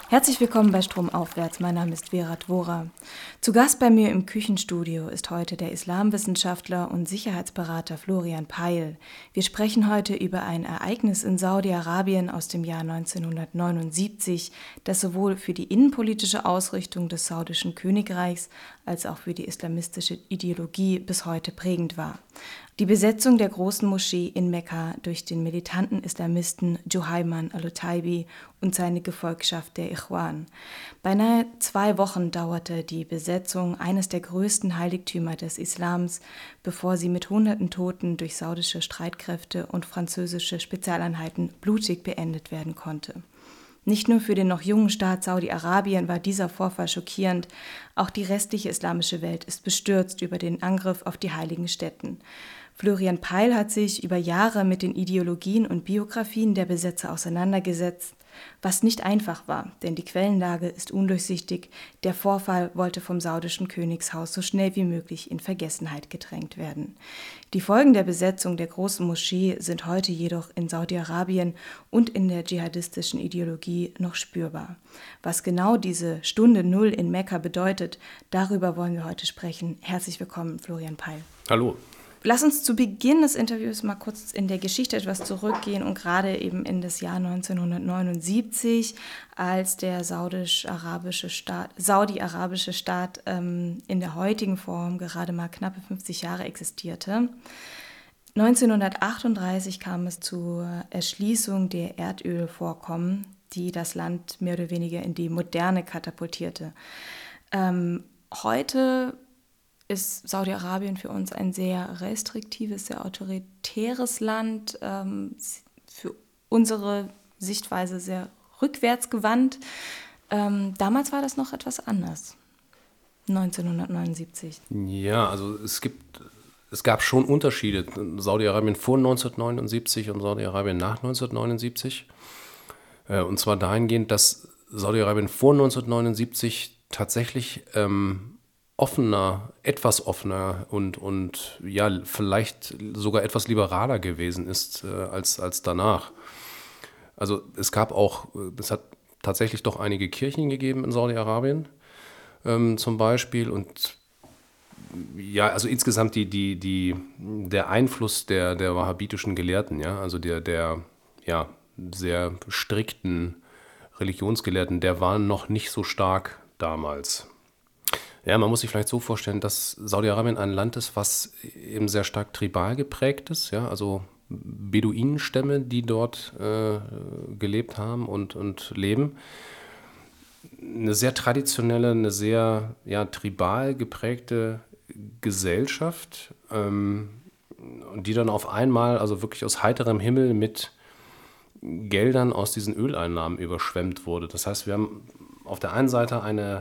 Herzlich willkommen bei Stromaufwärts. Mein Name ist Vera Dvora. Zu Gast bei mir im Küchenstudio ist heute der Islamwissenschaftler und Sicherheitsberater Florian Peil. Wir sprechen heute über ein Ereignis in Saudi-Arabien aus dem Jahr 1979, das sowohl für die innenpolitische Ausrichtung des saudischen Königreichs als auch für die islamistische Ideologie bis heute prägend war. Die Besetzung der großen Moschee in Mekka durch den militanten Islamisten Juhayman al-Otaibi und seine Gefolgschaft der Ikhwan. Beinahe 2 Wochen dauerte die Besetzung eines der größten Heiligtümer des Islams, bevor sie mit hunderten Toten durch saudische Streitkräfte und französische Spezialeinheiten blutig beendet werden konnte. Nicht nur für den noch jungen Staat Saudi-Arabien war dieser Vorfall schockierend, auch die restliche islamische Welt ist bestürzt über den Angriff auf die heiligen Stätten. Florian Peil hat sich über Jahre mit den Ideologien und Biografien der Besetzer auseinandergesetzt, was nicht einfach war, denn die Quellenlage ist undurchsichtig. Der Vorfall wollte vom saudischen Königshaus so schnell wie möglich in Vergessenheit gedrängt werden. Die Folgen der Besetzung der großen Moschee sind heute jedoch in Saudi-Arabien und in der dschihadistischen Ideologie noch spürbar. Was genau diese Stunde Null in Mekka bedeutet, darüber wollen wir heute sprechen. Herzlich willkommen, Florian Peil. Hallo. Lass uns zu Beginn des Interviews mal kurz in der Geschichte etwas zurückgehen und gerade eben in das Jahr 1979, als der saudi-arabische Staat in der heutigen Form gerade mal knappe 50 Jahre existierte. 1938 kam es zur Erschließung der Erdölvorkommen, die das Land mehr oder weniger in die Moderne katapultierte. Heute ist Saudi-Arabien für uns ein sehr restriktives, sehr autoritäres Land, für unsere Sichtweise sehr rückwärtsgewandt. Damals war das noch etwas anders, 1979. Ja, also es gab schon Unterschiede. Saudi-Arabien vor 1979 und Saudi-Arabien nach 1979. Und zwar dahingehend, dass Saudi-Arabien vor 1979 tatsächlich etwas offener und ja, vielleicht sogar etwas liberaler gewesen ist als danach. Also es hat tatsächlich doch einige Kirchen gegeben in Saudi-Arabien zum Beispiel und ja, also insgesamt der Einfluss der wahhabitischen Gelehrten, ja, also der ja, sehr strikten Religionsgelehrten, der war noch nicht so stark damals. Ja, man muss sich vielleicht so vorstellen, dass Saudi-Arabien ein Land ist, was eben sehr stark tribal geprägt ist, ja, also Beduinenstämme, die dort gelebt haben und leben. Eine sehr traditionelle, eine sehr tribal geprägte Gesellschaft, und die dann auf einmal, also wirklich aus heiterem Himmel mit Geldern aus diesen Öleinnahmen überschwemmt wurde. Das heißt, wir haben auf der einen Seite eine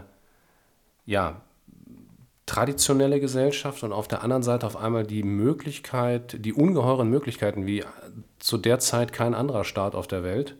traditionelle Gesellschaft und auf der anderen Seite auf einmal die ungeheuren Möglichkeiten, wie zu der Zeit kein anderer Staat auf der Welt,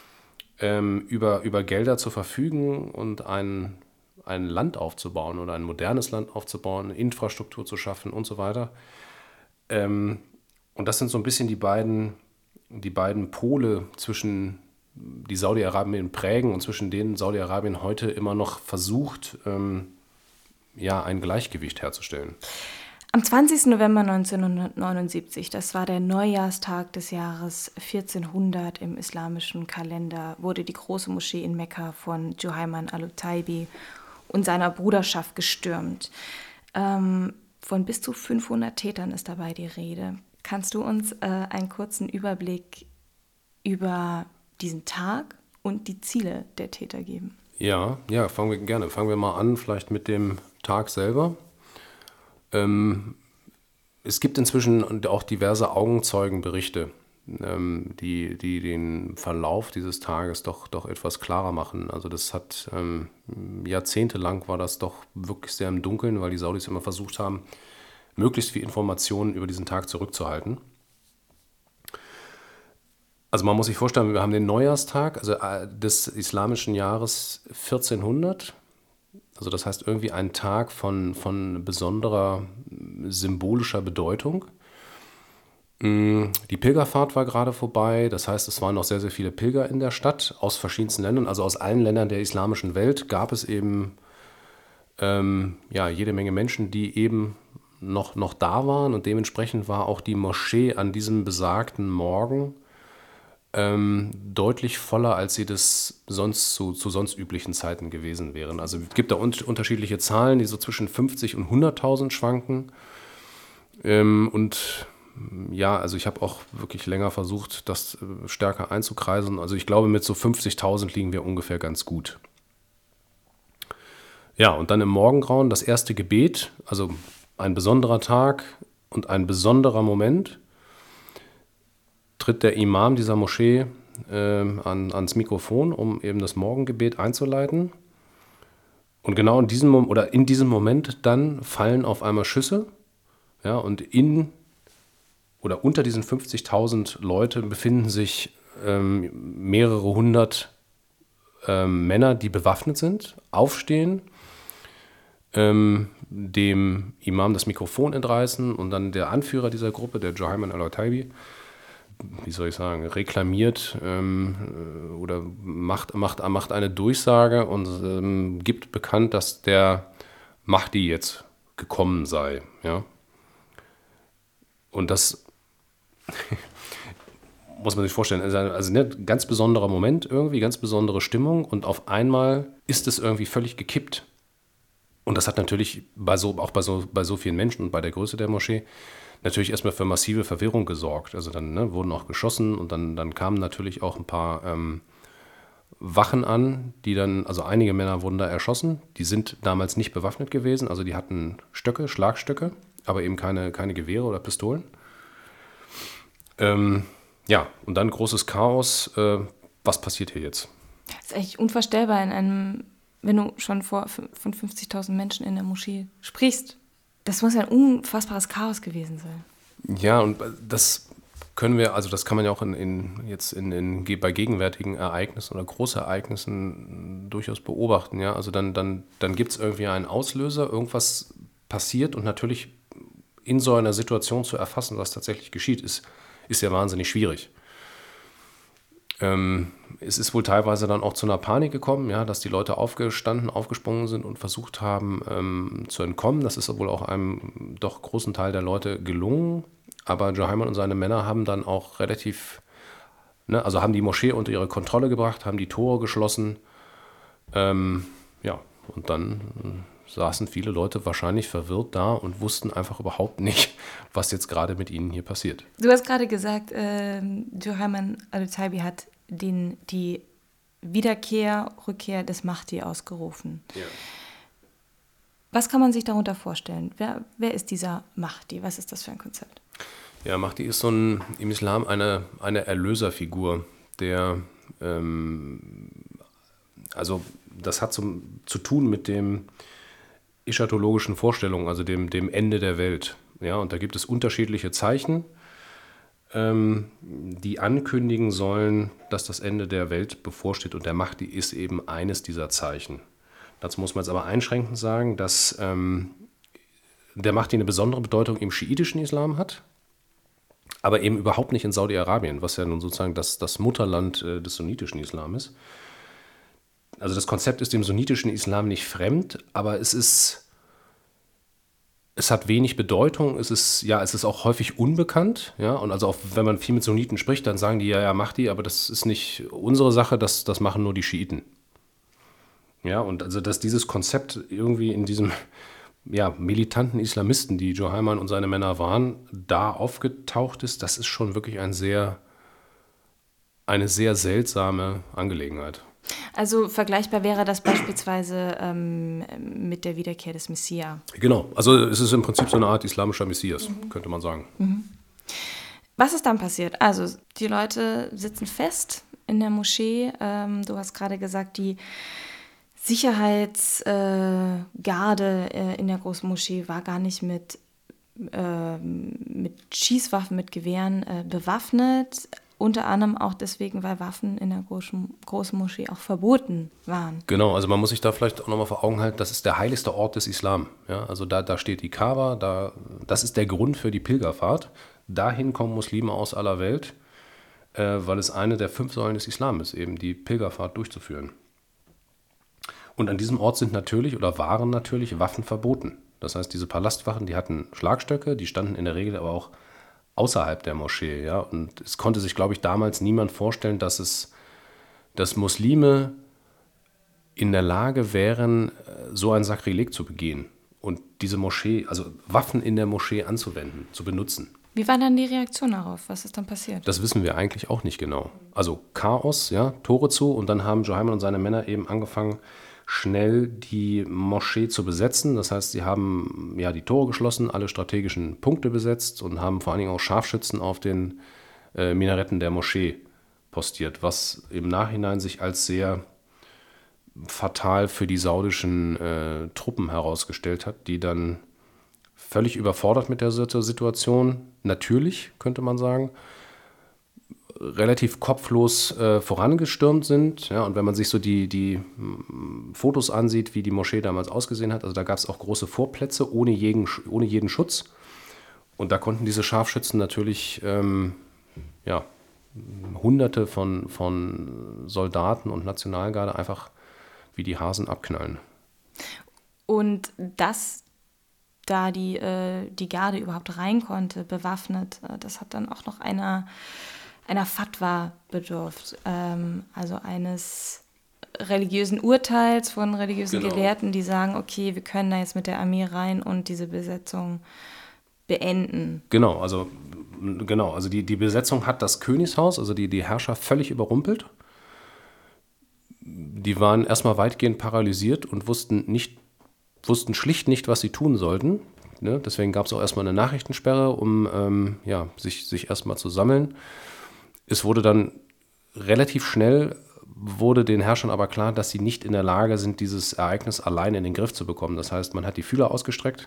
über Gelder zu verfügen und ein Land aufzubauen oder ein modernes Land aufzubauen, Infrastruktur zu schaffen und so weiter. Und das sind so ein bisschen die beiden Pole, zwischen die Saudi-Arabien prägen und zwischen denen Saudi-Arabien heute immer noch versucht, ein Gleichgewicht herzustellen. Am 20. November 1979, das war der Neujahrstag des Jahres 1400 im islamischen Kalender, wurde die große Moschee in Mekka von Juhayman al-Otaibi und seiner Bruderschaft gestürmt. Von bis zu 500 Tätern ist dabei die Rede. Kannst du uns einen kurzen Überblick über diesen Tag und die Ziele der Täter geben? Ja, fangen wir mal an, vielleicht mit dem Tag selber. Es gibt inzwischen auch diverse Augenzeugenberichte, die den Verlauf dieses Tages doch etwas klarer machen. Also das hat jahrzehntelang war das doch wirklich sehr im Dunkeln, weil die Saudis immer versucht haben, möglichst viel Informationen über diesen Tag zurückzuhalten. Also man muss sich vorstellen, wir haben den Neujahrstag, also des islamischen Jahres 1400. Also das heißt irgendwie ein Tag von besonderer symbolischer Bedeutung. Die Pilgerfahrt war gerade vorbei, das heißt, es waren noch sehr, sehr viele Pilger in der Stadt aus verschiedensten Ländern, also aus allen Ländern der islamischen Welt gab es eben jede Menge Menschen, die eben noch da waren und dementsprechend war auch die Moschee an diesem besagten Morgen deutlich voller, als sie das sonst zu sonst üblichen Zeiten gewesen wären. Also es gibt da unterschiedliche Zahlen, die so zwischen 50 und 100.000 schwanken. Also ich habe auch wirklich länger versucht, das stärker einzukreisen. Also ich glaube, mit so 50.000 liegen wir ungefähr ganz gut. Ja, und dann im Morgengrauen das erste Gebet, also ein besonderer Tag und ein besonderer Moment, tritt der Imam dieser Moschee ans Mikrofon, um eben das Morgengebet einzuleiten. Und genau in diesem Moment dann fallen auf einmal Schüsse, ja, und unter diesen 50.000 Leute befinden sich mehrere hundert Männer, die bewaffnet sind, aufstehen, dem Imam das Mikrofon entreißen und dann der Anführer dieser Gruppe, der Juhayman al-Otaibi, reklamiert oder macht eine Durchsage und gibt bekannt, dass der Mahdi jetzt gekommen sei. Ja? Und das muss man sich vorstellen, also ein ganz besonderer Moment irgendwie, ganz besondere Stimmung und auf einmal ist es irgendwie völlig gekippt. Und das hat natürlich bei so vielen Menschen und bei der Größe der Moschee natürlich erstmal für massive Verwirrung gesorgt. Also dann wurden auch geschossen und dann kamen natürlich auch ein paar Wachen an, also einige Männer wurden da erschossen. Die sind damals nicht bewaffnet gewesen, also die hatten Stöcke, Schlagstöcke, aber eben keine Gewehre oder Pistolen. Und dann großes Chaos. Was passiert hier jetzt? Das ist eigentlich unvorstellbar wenn du schon von 50.000 Menschen in der Moschee sprichst. Das muss ein unfassbares Chaos gewesen sein. Ja, und das kann man ja auch bei gegenwärtigen Ereignissen oder Großereignissen durchaus beobachten. Ja? Also dann gibt es irgendwie einen Auslöser, irgendwas passiert und natürlich in so einer Situation zu erfassen, was tatsächlich geschieht, ist ja wahnsinnig schwierig. Es ist wohl teilweise dann auch zu einer Panik gekommen, ja, dass die Leute aufgesprungen sind und versucht haben zu entkommen. Das ist wohl auch einem doch großen Teil der Leute gelungen. Aber Juhayman und seine Männer haben dann auch haben die Moschee unter ihre Kontrolle gebracht, haben die Tore geschlossen. Und dann saßen viele Leute wahrscheinlich verwirrt da und wussten einfach überhaupt nicht, was jetzt gerade mit ihnen hier passiert. Du hast gerade gesagt, Juhayman al-Otaibi hat die Rückkehr des Mahdi ausgerufen. Ja. Was kann man sich darunter vorstellen? Wer ist dieser Mahdi? Was ist das für ein Konzept? Ja, Mahdi ist im Islam eine Erlöserfigur, der das hat zu tun mit dem eschatologischen Vorstellungen, also dem Ende der Welt. Ja, und da gibt es unterschiedliche Zeichen, die ankündigen sollen, dass das Ende der Welt bevorsteht. Und der Mahdi ist eben eines dieser Zeichen. Dazu muss man jetzt aber einschränkend sagen, dass der Mahdi eine besondere Bedeutung im schiitischen Islam hat, aber eben überhaupt nicht in Saudi-Arabien, was ja nun sozusagen das Mutterland des sunnitischen Islam ist. Also das Konzept ist dem sunnitischen Islam nicht fremd, aber es hat wenig Bedeutung, es ist auch häufig unbekannt, ja, und also auch wenn man viel mit Sunniten spricht, dann sagen die, ja, Mahdi, aber das ist nicht unsere Sache, das machen nur die Schiiten. Ja, und also, dass dieses Konzept irgendwie in diesem, militanten Islamisten, die Juhayman und seine Männer waren, da aufgetaucht ist, das ist schon wirklich eine sehr seltsame Angelegenheit. Also vergleichbar wäre das beispielsweise mit der Wiederkehr des Messias. Genau, also es ist im Prinzip so eine Art islamischer Messias, könnte man sagen. Mhm. Was ist dann passiert? Also die Leute sitzen fest in der Moschee. Du hast gerade gesagt, die Sicherheitsgarde in der großen Moschee war gar nicht mit Schießwaffen, mit Gewehren bewaffnet. Unter anderem auch deswegen, weil Waffen in der großen Moschee auch verboten waren. Genau, also man muss sich da vielleicht auch nochmal vor Augen halten, das ist der heiligste Ort des Islam. Ja, also da steht die Kaaba, das ist der Grund für die Pilgerfahrt. dahin kommen Muslime aus aller Welt, weil es eine der 5 Säulen des Islam ist, eben die Pilgerfahrt durchzuführen. Und an diesem Ort sind natürlich oder waren natürlich Waffen verboten. Das heißt, diese Palastwachen, die hatten Schlagstöcke, die standen in der Regel aber auch außerhalb der Moschee. Ja? Und es konnte sich, glaube ich, damals niemand vorstellen, dass Muslime in der Lage wären, so ein Sakrileg zu begehen und diese Moschee, also Waffen in der Moschee anzuwenden, zu benutzen. Wie war dann die Reaktion darauf? Was ist dann passiert? Das wissen wir eigentlich auch nicht genau. Also Chaos, ja, Tore zu, und dann haben Juhayman und seine Männer eben angefangen, schnell die Moschee zu besetzen. Das heißt, sie haben ja die Tore geschlossen, alle strategischen Punkte besetzt und haben vor allen Dingen auch Scharfschützen auf den Minaretten der Moschee postiert, was im Nachhinein sich als sehr fatal für die saudischen Truppen herausgestellt hat, die dann völlig überfordert mit der Situation, natürlich, könnte man sagen, relativ kopflos vorangestürmt sind. Ja, und wenn man sich so die Fotos ansieht, wie die Moschee damals ausgesehen hat, also da gab es auch große Vorplätze ohne jeden Schutz. Und da konnten diese Scharfschützen natürlich Hunderte von Soldaten und Nationalgarde einfach wie die Hasen abknallen. Und dass da die Garde überhaupt rein konnte, bewaffnet, das hat dann auch noch einer Fatwa bedurft, also eines religiösen Urteils von religiösen Gelehrten, die sagen, okay, wir können da jetzt mit der Armee rein und diese Besetzung beenden. Genau, also die Besetzung hat das Königshaus, also die Herrscher, völlig überrumpelt. Die waren erstmal weitgehend paralysiert und wussten schlicht nicht, was sie tun sollten. Ne? Deswegen gab es auch erstmal eine Nachrichtensperre, um sich erstmal zu sammeln. Es wurde dann relativ schnell, wurde den Herrschern aber klar, dass sie nicht in der Lage sind, dieses Ereignis allein in den Griff zu bekommen. Das heißt, man hat die Fühler ausgestreckt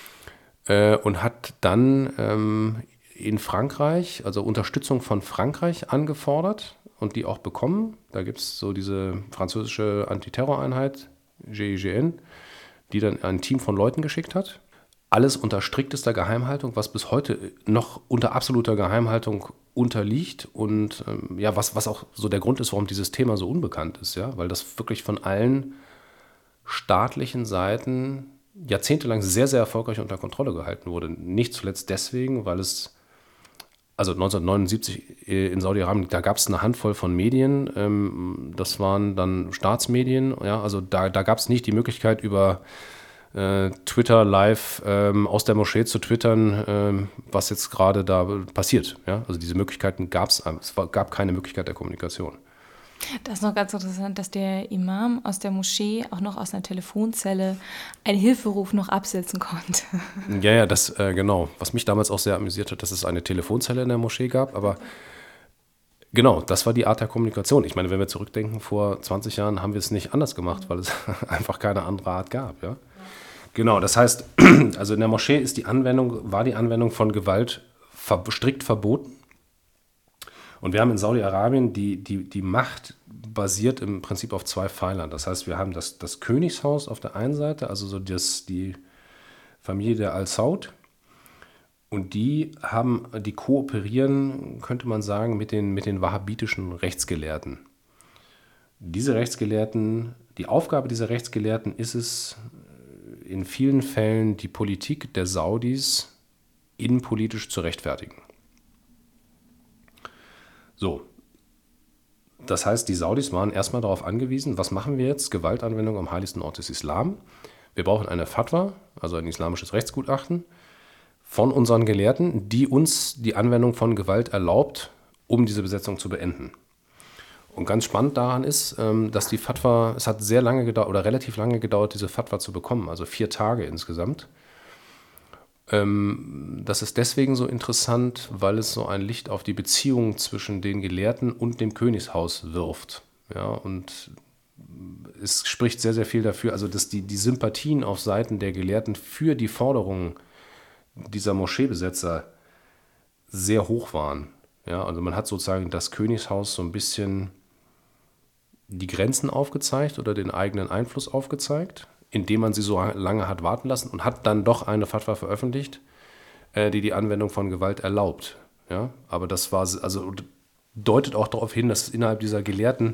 und hat dann in Frankreich, also Unterstützung von Frankreich angefordert und die auch bekommen. Da gibt es so diese französische Antiterroreinheit, GIGN, die dann ein Team von Leuten geschickt hat. Alles unter striktester Geheimhaltung, was bis heute noch unter absoluter Geheimhaltung unterliegt und was auch so der Grund ist, warum dieses Thema so unbekannt ist, ja, weil das wirklich von allen staatlichen Seiten jahrzehntelang sehr, sehr erfolgreich unter Kontrolle gehalten wurde. Nicht zuletzt deswegen, weil es, also 1979 in Saudi-Arabien, da gab es eine Handvoll von Medien, das waren dann Staatsmedien, ja, also da gab es nicht die Möglichkeit, über Twitter live aus der Moschee zu twittern, was jetzt gerade da passiert. Ja? Also diese Möglichkeiten gab es gab keine Möglichkeit der Kommunikation. Das ist noch ganz interessant, dass der Imam aus der Moschee auch noch aus einer Telefonzelle einen Hilferuf noch absetzen konnte. Ja, das genau. Was mich damals auch sehr amüsiert hat, dass es eine Telefonzelle in der Moschee gab, aber genau, das war die Art der Kommunikation. Ich meine, wenn wir zurückdenken, vor 20 Jahren haben wir es nicht anders gemacht, weil es einfach keine andere Art gab, ja. Genau, das heißt, also in der Moschee war die Anwendung von Gewalt strikt verboten. Und wir haben in Saudi-Arabien die Macht basiert im Prinzip auf 2 Pfeilern. Das heißt, wir haben das Königshaus auf der einen Seite, also so die Familie der Al-Saud. Und die kooperieren, könnte man sagen, mit den wahhabitischen Rechtsgelehrten. Die Aufgabe dieser Rechtsgelehrten ist es, in vielen Fällen die Politik der Saudis innenpolitisch zu rechtfertigen. So, das heißt, die Saudis waren erstmal darauf angewiesen, was machen wir jetzt? Gewaltanwendung am heiligsten Ort des Islam. Wir brauchen eine Fatwa, also ein islamisches Rechtsgutachten, von unseren Gelehrten, die uns die Anwendung von Gewalt erlaubt, um diese Besetzung zu beenden. Und ganz spannend daran ist, dass die Fatwa, es hat sehr lange gedauert oder relativ lange gedauert, diese Fatwa zu bekommen, also 4 Tage insgesamt. Das ist deswegen so interessant, weil es so ein Licht auf die Beziehung zwischen den Gelehrten und dem Königshaus wirft. Ja, und es spricht sehr, sehr viel dafür, also dass die Sympathien auf Seiten der Gelehrten für die Forderungen dieser Moscheebesetzer sehr hoch waren. Ja, also man hat sozusagen das Königshaus so ein bisschen die Grenzen aufgezeigt oder den eigenen Einfluss aufgezeigt, indem man sie so lange hat warten lassen und hat dann doch eine Fatwa veröffentlicht, die Anwendung von Gewalt erlaubt. Ja? Aber das war, also deutet auch darauf hin, dass es innerhalb dieser Gelehrten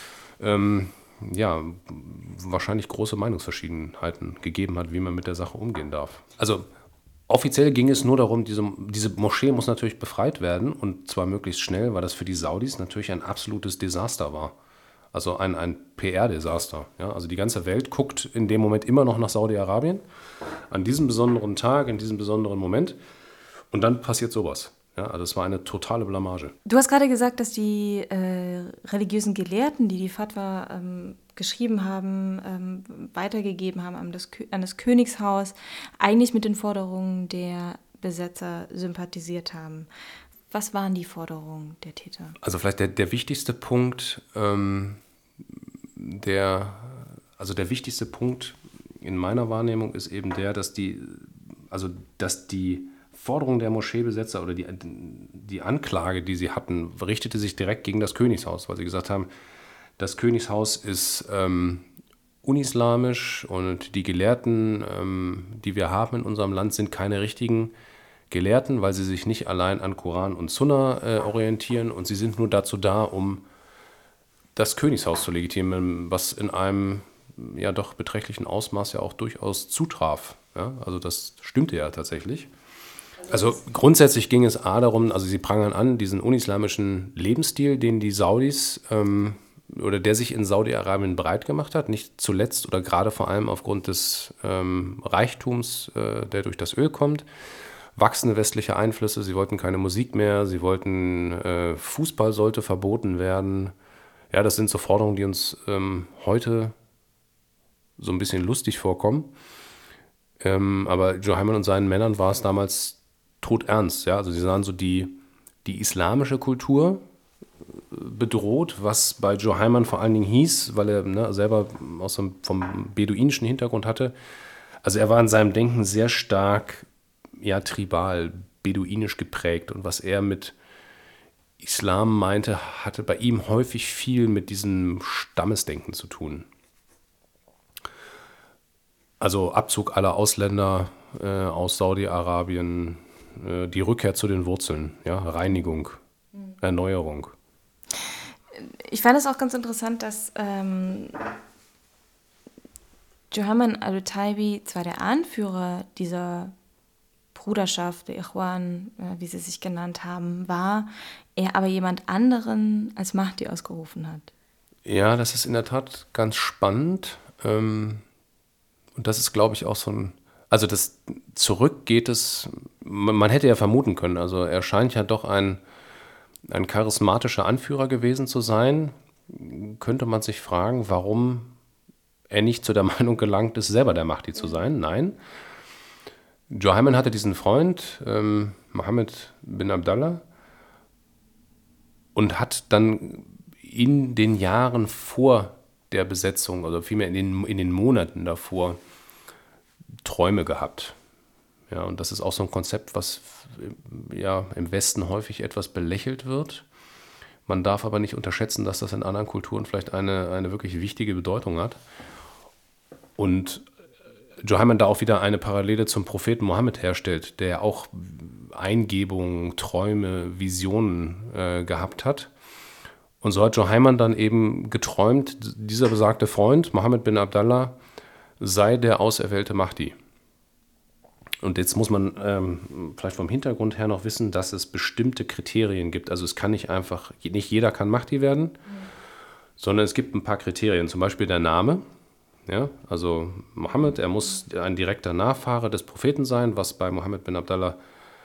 wahrscheinlich große Meinungsverschiedenheiten gegeben hat, wie man mit der Sache umgehen darf. Also offiziell ging es nur darum, diese Moschee muss natürlich befreit werden und zwar möglichst schnell, weil das für die Saudis natürlich ein absolutes Desaster war. Also ein PR-Desaster. Ja? Also die ganze Welt guckt in dem Moment immer noch nach Saudi-Arabien, an diesem besonderen Tag, in diesem besonderen Moment und dann passiert sowas. Ja, also es war eine totale Blamage. Du hast gerade gesagt, dass die religiösen Gelehrten, die Fatwa geschrieben haben, weitergegeben haben an das Königshaus, eigentlich mit den Forderungen der Besetzer sympathisiert haben. Was waren die Forderungen der Täter? Also vielleicht der wichtigste Punkt, der wichtigste Punkt in meiner Wahrnehmung ist eben der, dass die Forderung der Moscheebesetzer oder die Anklage, die sie hatten, richtete sich direkt gegen das Königshaus, weil sie gesagt haben, das Königshaus ist unislamisch und die Gelehrten, die wir haben in unserem Land, sind keine richtigen Gelehrten, weil sie sich nicht allein an Koran und Sunna orientieren und sie sind nur dazu da, um das Königshaus zu legitimieren, was in einem ja doch beträchtlichen Ausmaß ja auch durchaus zutraf. Ja? Also das stimmte ja tatsächlich. Also grundsätzlich ging es darum, also sie prangern an, diesen unislamischen Lebensstil, den die Saudis oder der sich in Saudi-Arabien breit gemacht hat, nicht zuletzt oder gerade vor allem aufgrund des Reichtums, der durch das Öl kommt, wachsende westliche Einflüsse, sie wollten keine Musik mehr, sie wollten, Fußball sollte verboten werden. Ja, das sind so Forderungen, die uns heute so ein bisschen lustig vorkommen. Aber Juhayman und seinen Männern war es damals todernst. Ja? Also sie sahen so die islamische Kultur bedroht, was bei Juhayman vor allen Dingen hieß, weil er selber vom beduinischen Hintergrund hatte. Also er war in seinem Denken sehr stark tribal, beduinisch geprägt. Und was er mit Islam meinte, hatte bei ihm häufig viel mit diesem Stammesdenken zu tun. Also Abzug aller Ausländer aus Saudi-Arabien, die Rückkehr zu den Wurzeln, ja, Reinigung, Erneuerung. Ich fand es auch ganz interessant, dass Juhayman al-Taibi zwar der Anführer dieser Bruderschaft, der Ikhwan, wie sie sich genannt haben, war, er aber jemand anderen als Mahdi ausgerufen hat. Ja, das ist in der Tat ganz spannend. Und das ist, glaube ich, auch so ein, also das zurück geht es, man hätte ja vermuten können, also er scheint ja doch ein charismatischer Anführer gewesen zu sein. Könnte man sich fragen, warum er nicht zu der Meinung gelangt ist, selber der Mahdi zu sein? Nein. Juhayman hatte diesen Freund, Mohammed bin Abdallah, und hat dann in den Jahren vor der Besetzung, oder vielmehr in den Monaten davor, Träume gehabt. Ja, und das ist auch so ein Konzept, was ja im Westen häufig etwas belächelt wird. Man darf aber nicht unterschätzen, dass das in anderen Kulturen vielleicht eine wirklich wichtige Bedeutung hat. Und Juhayman da auch wieder eine Parallele zum Propheten Mohammed herstellt, der auch Eingebungen, Träume, Visionen gehabt hat. Und so hat Juhayman dann eben geträumt, dieser besagte Freund, Mohammed bin Abdallah, sei der auserwählte Mahdi. Und jetzt muss man vielleicht vom Hintergrund her noch wissen, dass es bestimmte Kriterien gibt. Also es kann nicht jeder kann Mahdi werden, sondern es gibt ein paar Kriterien, zum Beispiel der Name. Ja, also Mohammed, er muss ein direkter Nachfahre des Propheten sein, was bei Mohammed bin Abdallah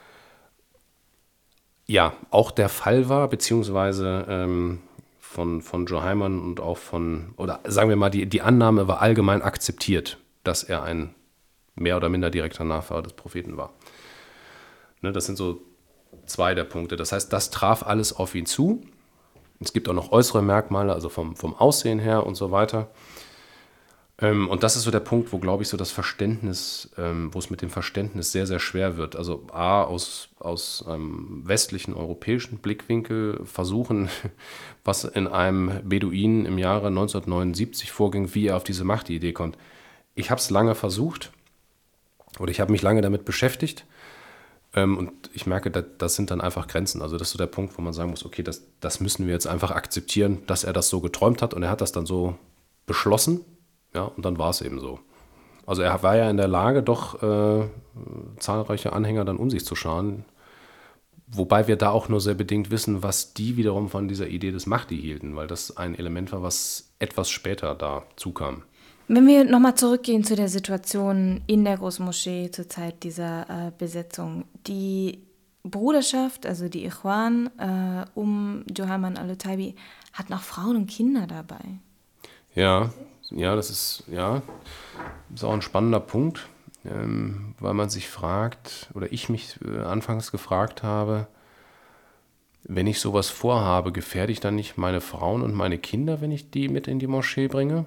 ja auch der Fall war, beziehungsweise von Juhayman und auch oder sagen wir mal, die Annahme war allgemein akzeptiert, dass er ein mehr oder minder direkter Nachfahre des Propheten war. Ne, das sind so zwei der Punkte. Das heißt, das traf alles auf ihn zu. Es gibt auch noch äußere Merkmale, also vom Aussehen her und so weiter. Und das ist so der Punkt, wo, glaube ich, so das Verständnis, wo es mit dem Verständnis sehr, sehr schwer wird. Also aus einem westlichen, europäischen Blickwinkel versuchen, was in einem Beduinen im Jahre 1979 vorging, wie er auf diese Mahdi-Idee kommt. Ich habe es lange versucht oder ich habe mich lange damit beschäftigt. Und ich merke, das sind dann einfach Grenzen. Also das ist so der Punkt, wo man sagen muss, okay, das müssen wir jetzt einfach akzeptieren, dass er das so geträumt hat und er hat das dann so beschlossen, ja, und dann war es eben so. Also er war ja in der Lage, doch zahlreiche Anhänger dann um sich zu scharen, wobei wir da auch nur sehr bedingt wissen, was die wiederum von dieser Idee des Mahdi hielten, weil das ein Element war, was etwas später dazu kam. Wenn wir nochmal zurückgehen zu der Situation in der Großen Moschee zur Zeit dieser Besetzung. Die Bruderschaft, also die Ikhwan um Juhayman al-Otaibi, hatten auch Frauen und Kinder dabei. Ja, das ist auch ein spannender Punkt, weil man sich fragt, oder ich mich anfangs gefragt habe, wenn ich sowas vorhabe, gefährde ich dann nicht meine Frauen und meine Kinder, wenn ich die mit in die Moschee bringe?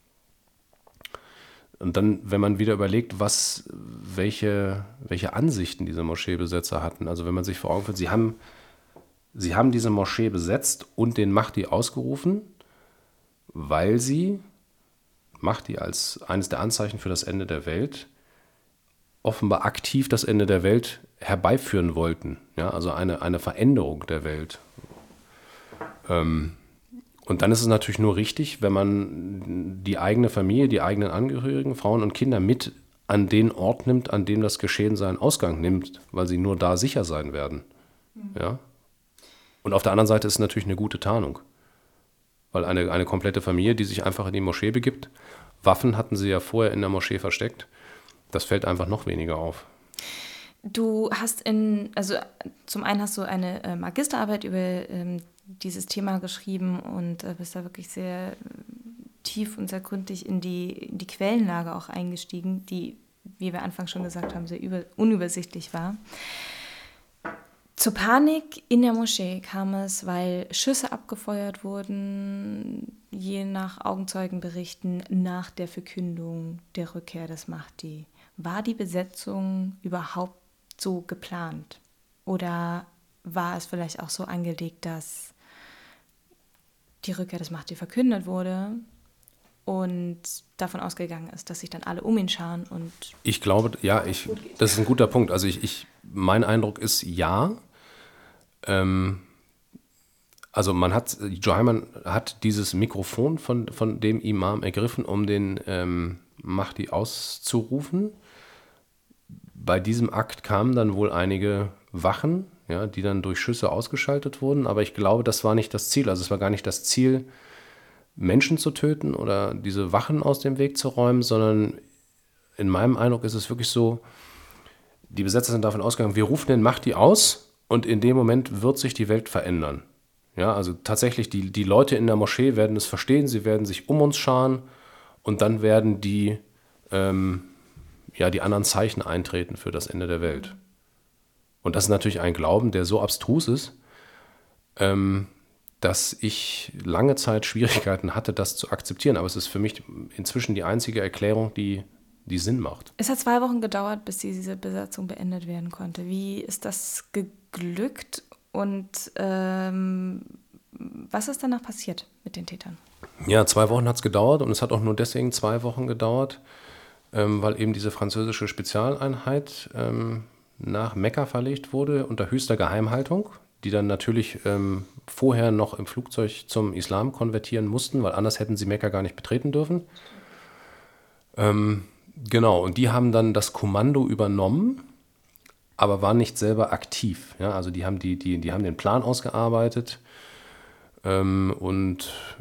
Und dann, wenn man wieder überlegt, welche Ansichten diese Moscheebesetzer hatten, also wenn man sich vor Augen führt, sie haben diese Moschee besetzt und den Mahdi ausgerufen, weil sie Mahdi als eines der Anzeichen für das Ende der Welt offenbar aktiv das Ende der Welt herbeiführen wollten. Ja, also eine Veränderung der Welt. Und dann ist es natürlich nur richtig, wenn man die eigene Familie, die eigenen Angehörigen, Frauen und Kinder mit an den Ort nimmt, an dem das Geschehen seinen Ausgang nimmt, weil sie nur da sicher sein werden. Ja? Und auf der anderen Seite ist es natürlich eine gute Tarnung. Weil eine komplette Familie, die sich einfach in die Moschee begibt, Waffen hatten sie ja vorher in der Moschee versteckt, das fällt einfach noch weniger auf. Du hast zum einen hast du eine Magisterarbeit über dieses Thema geschrieben und bist da wirklich sehr tief und sehr gründlich in die Quellenlage auch eingestiegen, die, wie wir anfangs schon gesagt haben, sehr unübersichtlich war. Zur Panik in der Moschee kam es, weil Schüsse abgefeuert wurden, je nach Augenzeugenberichten, nach der Verkündung der Rückkehr des Mahdi. War die Besetzung überhaupt so geplant? Oder war es vielleicht auch so angelegt, dass die Rückkehr des Mahdi verkündet wurde und davon ausgegangen ist, dass sich dann alle um ihn scharen? Und ich glaube, ja, das ist ein guter Punkt. Also mein Eindruck ist ja. Also Juhayman hat dieses Mikrofon von dem Imam ergriffen, um den Mahdi auszurufen. Bei diesem Akt kamen dann wohl einige Wachen, ja, die dann durch Schüsse ausgeschaltet wurden. Aber ich glaube, das war nicht das Ziel. Also es war gar nicht das Ziel, Menschen zu töten oder diese Wachen aus dem Weg zu räumen, sondern in meinem Eindruck ist es wirklich so, die Besetzer sind davon ausgegangen, wir rufen den Mahdi aus und in dem Moment wird sich die Welt verändern. Ja, also tatsächlich, die Leute in der Moschee werden es verstehen, sie werden sich um uns scharen und dann werden die anderen Zeichen eintreten für das Ende der Welt. Und das ist natürlich ein Glauben, der so abstrus ist, dass ich lange Zeit Schwierigkeiten hatte, das zu akzeptieren. Aber es ist für mich inzwischen die einzige Erklärung, die Sinn macht. Es hat 2 Wochen gedauert, bis diese Besatzung beendet werden konnte. Wie ist das geglückt und was ist danach passiert mit den Tätern? Ja, 2 Wochen hat es gedauert und es hat auch nur deswegen 2 Wochen gedauert, weil eben diese französische Spezialeinheit nach Mekka verlegt wurde unter höchster Geheimhaltung, die dann natürlich vorher noch im Flugzeug zum Islam konvertieren mussten, weil anders hätten sie Mekka gar nicht betreten dürfen. Genau, und die haben dann das Kommando übernommen, aber waren nicht selber aktiv. Ja? Also die haben den Plan ausgearbeitet und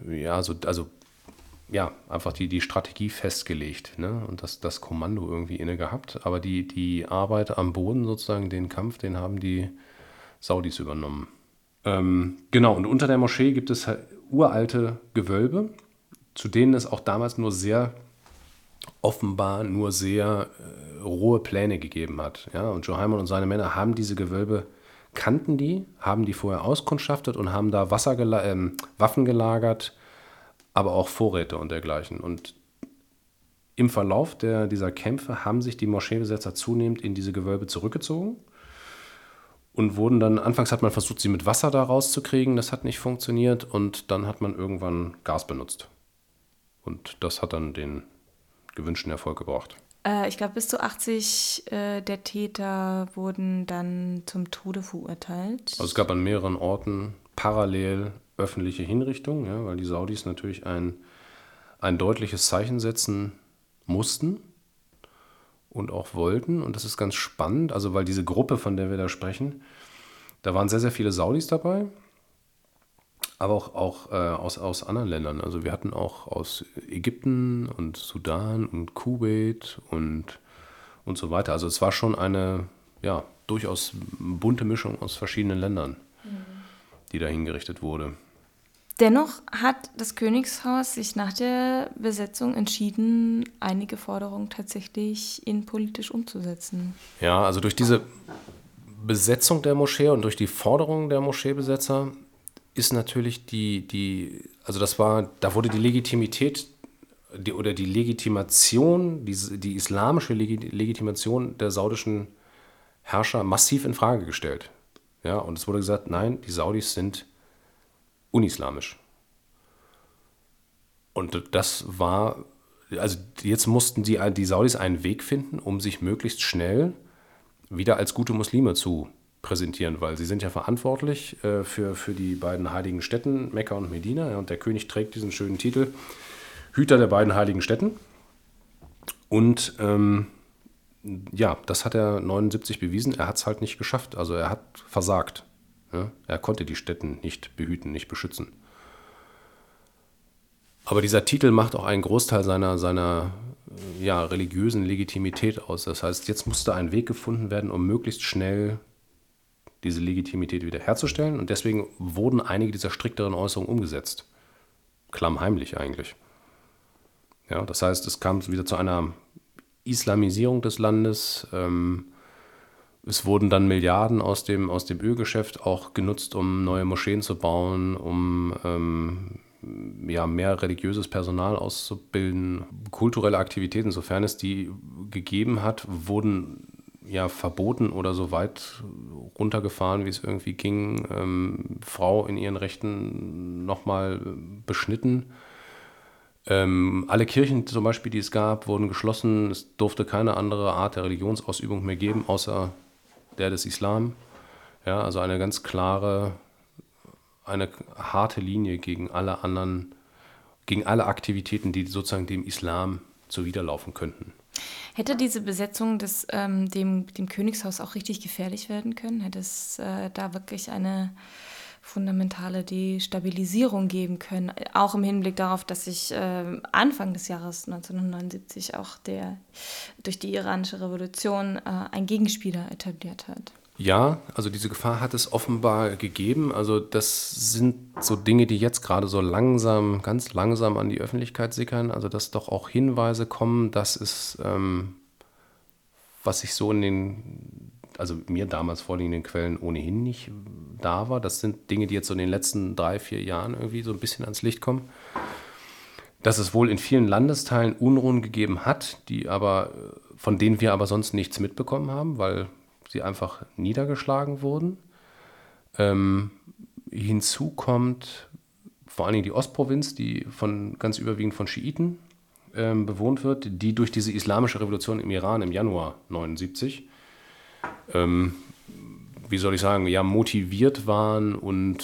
einfach die Strategie festgelegt, ne? Und das Kommando irgendwie inne gehabt. Aber die Arbeit am Boden sozusagen, den Kampf, den haben die Saudis übernommen. Genau, und unter der Moschee gibt es uralte Gewölbe, zu denen es auch damals offenbar nur sehr rohe Pläne gegeben hat. Ja? Und Juhayman und seine Männer haben diese Gewölbe, kannten die, haben die vorher auskundschaftet und haben da Waffen gelagert, aber auch Vorräte und dergleichen. Und im Verlauf dieser Kämpfe haben sich die Moscheebesetzer zunehmend in diese Gewölbe zurückgezogen und wurden dann, anfangs hat man versucht, sie mit Wasser da rauszukriegen, das hat nicht funktioniert und dann hat man irgendwann Gas benutzt. Und das hat dann den gewünschten Erfolg gebracht. Ich glaube, bis zu 80 der Täter wurden dann zum Tode verurteilt. Also es gab an mehreren Orten parallel öffentliche Hinrichtungen, ja, weil die Saudis natürlich ein deutliches Zeichen setzen mussten und auch wollten. Und das ist ganz spannend, also weil diese Gruppe, von der wir da sprechen, da waren sehr, sehr viele Saudis dabei, aber auch aus anderen Ländern. Also wir hatten auch aus Ägypten und Sudan und Kuwait und so weiter. Also es war schon eine durchaus bunte Mischung aus verschiedenen Ländern, die da hingerichtet wurde. Dennoch hat das Königshaus sich nach der Besetzung entschieden, einige Forderungen tatsächlich innenpolitisch umzusetzen. Ja, also durch diese Besetzung der Moschee und durch die Forderungen der Moscheebesetzer ist natürlich da wurde die Legitimität oder die Legitimation, die islamische Legitimation der saudischen Herrscher massiv in Frage gestellt. Ja, und es wurde gesagt, nein, die Saudis sind unislamisch. Und das war, also jetzt mussten die Saudis einen Weg finden, um sich möglichst schnell wieder als gute Muslime zu präsentieren, weil sie sind ja verantwortlich für die beiden heiligen Städten, Mekka und Medina. Ja, und der König trägt diesen schönen Titel, Hüter der beiden heiligen Städten. Und das hat er 79 bewiesen. Er hat es halt nicht geschafft. Also er hat versagt. Ja? Er konnte die Städten nicht behüten, nicht beschützen. Aber dieser Titel macht auch einen Großteil seiner religiösen Legitimität aus. Das heißt, jetzt musste ein Weg gefunden werden, um möglichst schnell diese Legitimität wiederherzustellen. Und deswegen wurden einige dieser strikteren Äußerungen umgesetzt. Klammheimlich eigentlich. Ja, das heißt, es kam wieder zu einer Islamisierung des Landes. Es wurden dann Milliarden aus dem Ölgeschäft auch genutzt, um neue Moscheen zu bauen, um mehr religiöses Personal auszubilden. Kulturelle Aktivitäten, sofern es die gegeben hat, wurden verboten oder so weit runtergefahren, wie es irgendwie ging. Frau in ihren Rechten nochmal beschnitten. Alle Kirchen zum Beispiel, die es gab, wurden geschlossen. Es durfte keine andere Art der Religionsausübung mehr geben, außer der des Islam. Ja, also eine ganz klare, eine harte Linie gegen alle Aktivitäten, die sozusagen dem Islam zuwiderlaufen könnten. Hätte diese Besetzung dem Königshaus auch richtig gefährlich werden können? Hätte es da wirklich eine fundamentale Destabilisierung geben können? Auch im Hinblick darauf, dass sich Anfang des Jahres 1979 auch durch die iranische Revolution ein Gegenspieler etabliert hat. Ja, also diese Gefahr hat es offenbar gegeben. Also das sind so Dinge, die jetzt gerade so langsam, ganz langsam an die Öffentlichkeit sickern. Also dass doch auch Hinweise kommen, dass es, was ich so also mir damals vorliegenden Quellen ohnehin nicht da war. Das sind Dinge, die jetzt so in den letzten 3-4 Jahren irgendwie so ein bisschen ans Licht kommen. Dass es wohl in vielen Landesteilen Unruhen gegeben hat, von denen wir aber sonst nichts mitbekommen haben, weil sie einfach niedergeschlagen wurden. Hinzu kommt vor allen Dingen die Ostprovinz, die ganz überwiegend von Schiiten bewohnt wird, die durch diese islamische Revolution im Iran im Januar 1979 motiviert waren und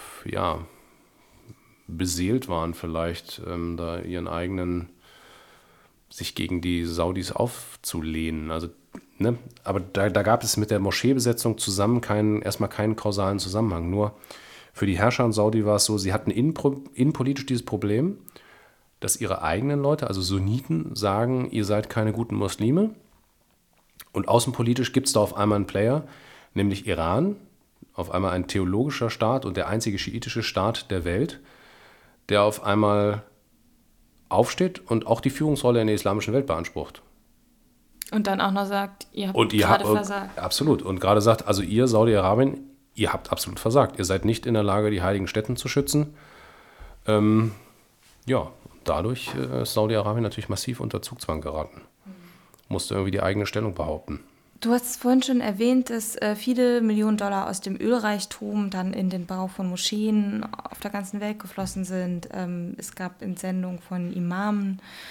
beseelt waren vielleicht, da ihren eigenen sich gegen die Saudis aufzulehnen. Also, aber da gab es mit der Moscheebesetzung zusammen erstmal keinen kausalen Zusammenhang. Nur für die Herrscher in Saudi war es so, sie hatten innenpolitisch dieses Problem, dass ihre eigenen Leute, also Sunniten, sagen, ihr seid keine guten Muslime. Und außenpolitisch gibt es da auf einmal einen Player, nämlich Iran, auf einmal ein theologischer Staat und der einzige schiitische Staat der Welt, der auf einmal aufsteht und auch die Führungsrolle in der islamischen Welt beansprucht. Und dann auch noch sagt, ihr habt gerade versagt. Absolut. Und gerade sagt, also ihr, Saudi-Arabien, ihr habt absolut versagt. Ihr seid nicht in der Lage, die heiligen Stätten zu schützen. Dadurch ist Saudi-Arabien natürlich massiv unter Zugzwang geraten. Musste irgendwie die eigene Stellung behaupten. Du hast es vorhin schon erwähnt, dass viele Millionen Dollar aus dem Ölreichtum dann in den Bau von Moscheen auf der ganzen Welt geflossen sind. Es gab Entsendungen von Imamen.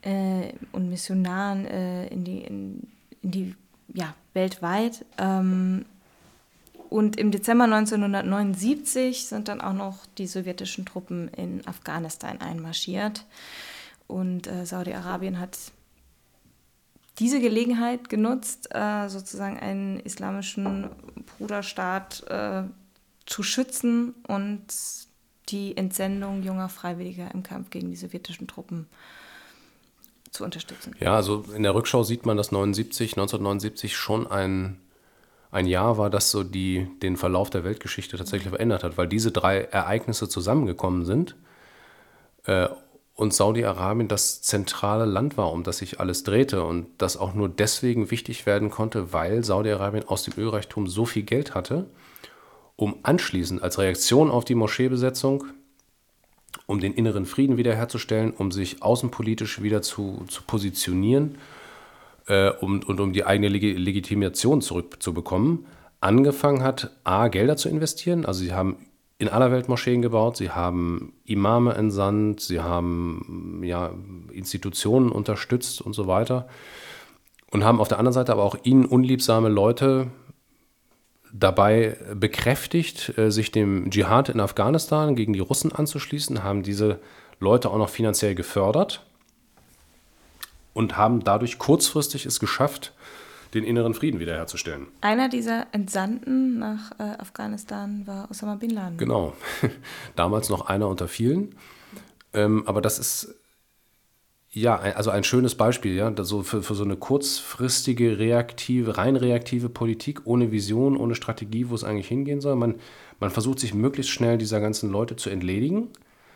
und Missionaren in die weltweit. Und im Dezember 1979 sind dann auch noch die sowjetischen Truppen in Afghanistan einmarschiert. Und Saudi-Arabien hat diese Gelegenheit genutzt, sozusagen einen islamischen Bruderstaat zu schützen und die Entsendung junger Freiwilliger im Kampf gegen die sowjetischen Truppen zu unterstützen. Ja, also in der Rückschau sieht man, dass 1979 schon ein Jahr war, das so den Verlauf der Weltgeschichte tatsächlich verändert hat, weil diese 3 Ereignisse zusammengekommen sind und Saudi-Arabien das zentrale Land war, um das sich alles drehte und das auch nur deswegen wichtig werden konnte, weil Saudi-Arabien aus dem Ölreichtum so viel Geld hatte, um anschließend als Reaktion auf die Moscheebesetzung, um den inneren Frieden wiederherzustellen, um sich außenpolitisch wieder zu positionieren und um die eigene Legitimation zurückzubekommen, angefangen hat, Gelder zu investieren. Also sie haben in aller Welt Moscheen gebaut, sie haben Imame entsandt, sie haben Institutionen unterstützt und so weiter und haben auf der anderen Seite aber auch ihnen unliebsame Leute dabei bekräftigt, sich dem Dschihad in Afghanistan gegen die Russen anzuschließen, haben diese Leute auch noch finanziell gefördert und haben dadurch kurzfristig es geschafft, den inneren Frieden wiederherzustellen. Einer dieser Entsandten nach Afghanistan war Osama Bin Laden. Genau, damals noch einer unter vielen. Aber das ist also ein schönes Beispiel, ja, so für so eine kurzfristige, rein reaktive Politik ohne Vision, ohne Strategie, wo es eigentlich hingehen soll. Man versucht sich möglichst schnell dieser ganzen Leute zu entledigen.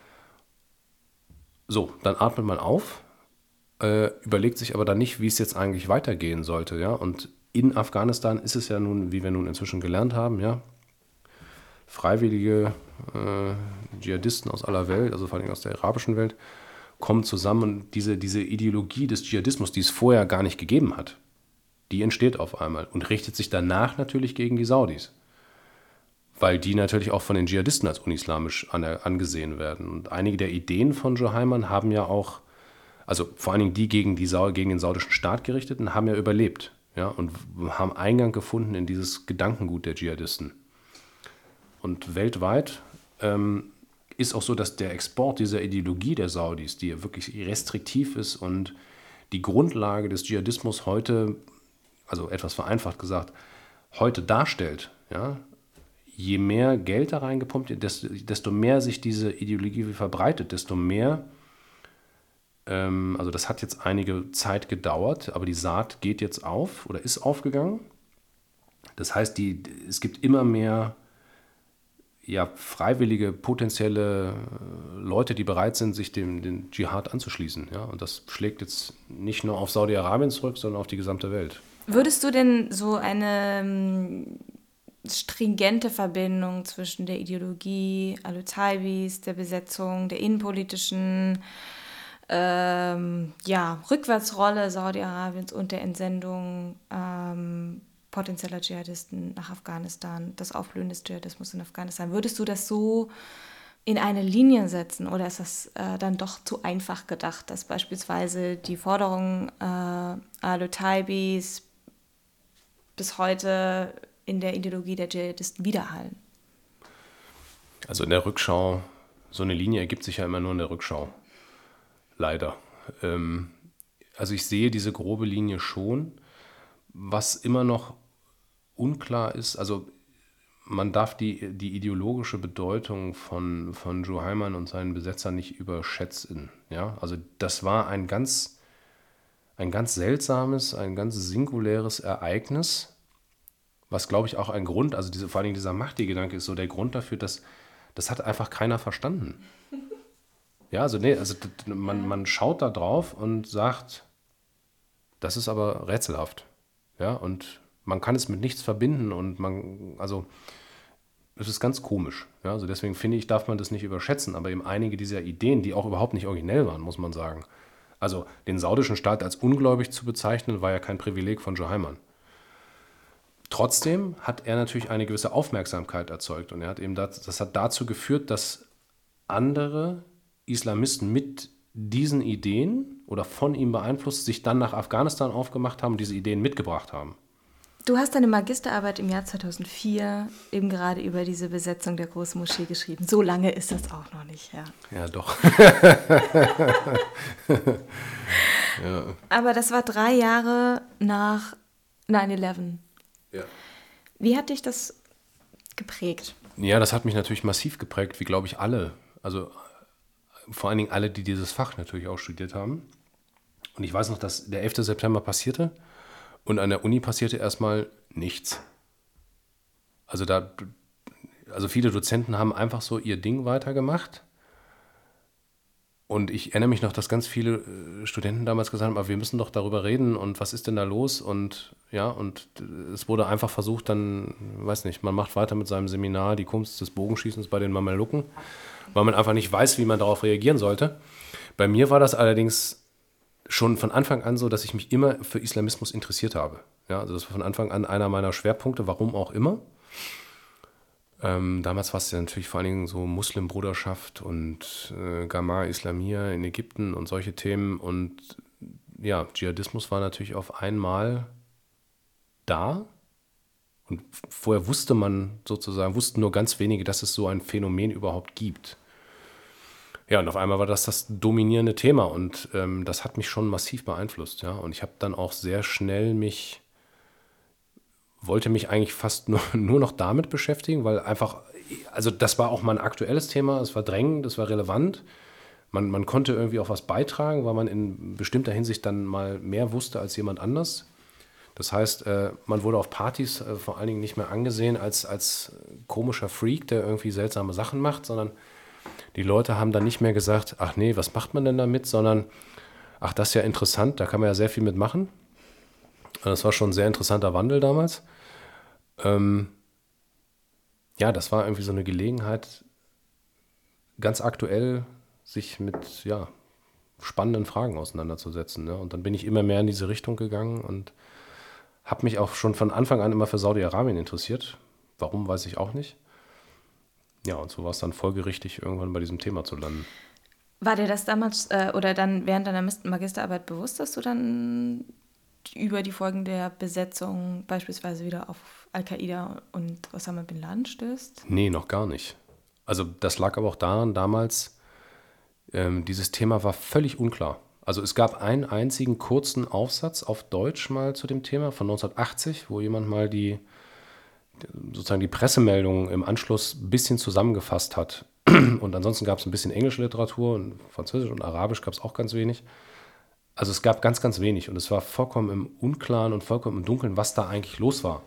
So, dann atmet man auf, überlegt sich aber dann nicht, wie es jetzt eigentlich weitergehen sollte, ja. Und in Afghanistan ist es ja nun, wie wir nun inzwischen gelernt haben, ja, freiwillige Dschihadisten aus aller Welt, also vor allem aus der arabischen Welt, kommen zusammen und diese Ideologie des Dschihadismus, die es vorher gar nicht gegeben hat, die entsteht auf einmal und richtet sich danach natürlich gegen die Saudis, weil die natürlich auch von den Dschihadisten als unislamisch angesehen werden. Und einige der Ideen von Juhayman haben ja auch, also vor allen Dingen die gegen den saudischen Staat gerichteten, haben ja überlebt, ja, und haben Eingang gefunden in dieses Gedankengut der Dschihadisten. Und weltweit ist auch so, dass der Export dieser Ideologie der Saudis, die ja wirklich restriktiv ist und die Grundlage des Dschihadismus heute, also etwas vereinfacht gesagt, heute darstellt, ja, je mehr Geld da reingepumpt wird, desto mehr sich diese Ideologie verbreitet, desto mehr, also das hat jetzt einige Zeit gedauert, aber die Saat geht jetzt auf oder ist aufgegangen. Das heißt, es gibt immer mehr freiwillige, potenzielle Leute, die bereit sind, sich den Dschihad anzuschließen. Ja? Und das schlägt jetzt nicht nur auf Saudi-Arabien zurück, sondern auf die gesamte Welt. Würdest du denn so eine stringente Verbindung zwischen der Ideologie Al-Taibis, der Besetzung, der innenpolitischen Rückwärtsrolle Saudi-Arabiens und der Entsendung potenzieller Dschihadisten nach Afghanistan, das Aufblühen des Dschihadismus in Afghanistan. Würdest du das so in eine Linie setzen oder ist das dann doch zu einfach gedacht, dass beispielsweise die Forderungen Al-Taibis bis heute in der Ideologie der Dschihadisten widerhallen? Also in der Rückschau, so eine Linie ergibt sich ja immer nur in der Rückschau. Leider. Also ich sehe diese grobe Linie schon. Was immer noch unklar ist, also man darf die ideologische Bedeutung von Juhayman und seinen Besetzern nicht überschätzen. Ja? Also das war ein ganz seltsames, ein ganz singuläres Ereignis, was, glaube ich, auch ein Grund, also vor allem dieser Mahdi-Gedanke ist so der Grund dafür, dass das hat einfach keiner verstanden. Ja, also man schaut da drauf und sagt, das ist aber rätselhaft. Ja, und man kann es mit nichts verbinden und es ist ganz komisch. Ja, also deswegen finde ich, darf man das nicht überschätzen, aber eben einige dieser Ideen, die auch überhaupt nicht originell waren, muss man sagen. Also den saudischen Staat als ungläubig zu bezeichnen, war ja kein Privileg von Juhayman. Trotzdem hat er natürlich eine gewisse Aufmerksamkeit erzeugt und das hat dazu geführt, dass andere Islamisten mit diesen Ideen oder von ihm beeinflusst, sich dann nach Afghanistan aufgemacht haben und diese Ideen mitgebracht haben. Du hast deine Magisterarbeit im Jahr 2004 eben gerade über diese Besetzung der Großen Moschee geschrieben. So lange ist das auch noch nicht, ja. Ja, doch. Ja. Aber das war 3 Jahre nach 9/11. Ja. Wie hat dich das geprägt? Ja, das hat mich natürlich massiv geprägt, wie glaube ich alle. Also vor allen Dingen alle, die dieses Fach natürlich auch studiert haben. Und ich weiß noch, dass der 11. September passierte und an der Uni passierte erstmal nichts. Also viele Dozenten haben einfach so ihr Ding weitergemacht. Und ich erinnere mich noch, dass ganz viele Studenten damals gesagt haben, aber wir müssen doch darüber reden und was ist denn da los? Und ja, und es wurde einfach versucht, dann, weiß nicht, man macht weiter mit seinem Seminar, die Kunst des Bogenschießens bei den Mamelucken, weil man einfach nicht weiß, wie man darauf reagieren sollte. Bei mir war das allerdings schon von Anfang an so, dass ich mich immer für Islamismus interessiert habe. Ja, also das war von Anfang an einer meiner Schwerpunkte, warum auch immer. Damals war es ja natürlich vor allen Dingen so Muslimbruderschaft und Gamma Islamia in Ägypten und solche Themen. Und ja, Dschihadismus war natürlich auf einmal da. Und vorher wussten nur ganz wenige, dass es so ein Phänomen überhaupt gibt. Ja, und auf einmal war das dominierende Thema und das hat mich schon massiv beeinflusst. Ja? Und ich habe dann auch sehr schnell wollte mich eigentlich fast nur noch damit beschäftigen, weil einfach, also das war auch mein aktuelles Thema, es war drängend, es war relevant. Man konnte irgendwie auch was beitragen, weil man in bestimmter Hinsicht dann mal mehr wusste als jemand anders. Das heißt, man wurde auf Partys vor allen Dingen nicht mehr angesehen als komischer Freak, der irgendwie seltsame Sachen macht, sondern die Leute haben dann nicht mehr gesagt, ach nee, was macht man denn damit, sondern ach, das ist ja interessant, da kann man ja sehr viel mitmachen. Das war schon ein sehr interessanter Wandel damals. Ja, das war irgendwie so eine Gelegenheit, ganz aktuell sich mit spannenden Fragen auseinanderzusetzen. Ne? Und dann bin ich immer mehr in diese Richtung gegangen und habe mich auch schon von Anfang an immer für Saudi-Arabien interessiert. Warum, weiß ich auch nicht. Ja, und so war es dann folgerichtig, irgendwann bei diesem Thema zu landen. War dir das damals oder dann während deiner Magisterarbeit bewusst, dass du dann über die Folgen der Besetzung beispielsweise wieder auf Al-Qaida und Osama Bin Laden stößt? Nee, noch gar nicht. Also das lag aber auch daran, damals, dieses Thema war völlig unklar. Also es gab einen einzigen kurzen Aufsatz auf Deutsch mal zu dem Thema von 1980, wo jemand mal die Pressemeldungen im Anschluss ein bisschen zusammengefasst hat. Und ansonsten gab es ein bisschen englische Literatur und Französisch und Arabisch gab es auch ganz wenig. Also es gab ganz, ganz wenig und es war vollkommen im Unklaren und vollkommen im Dunkeln, was da eigentlich los war.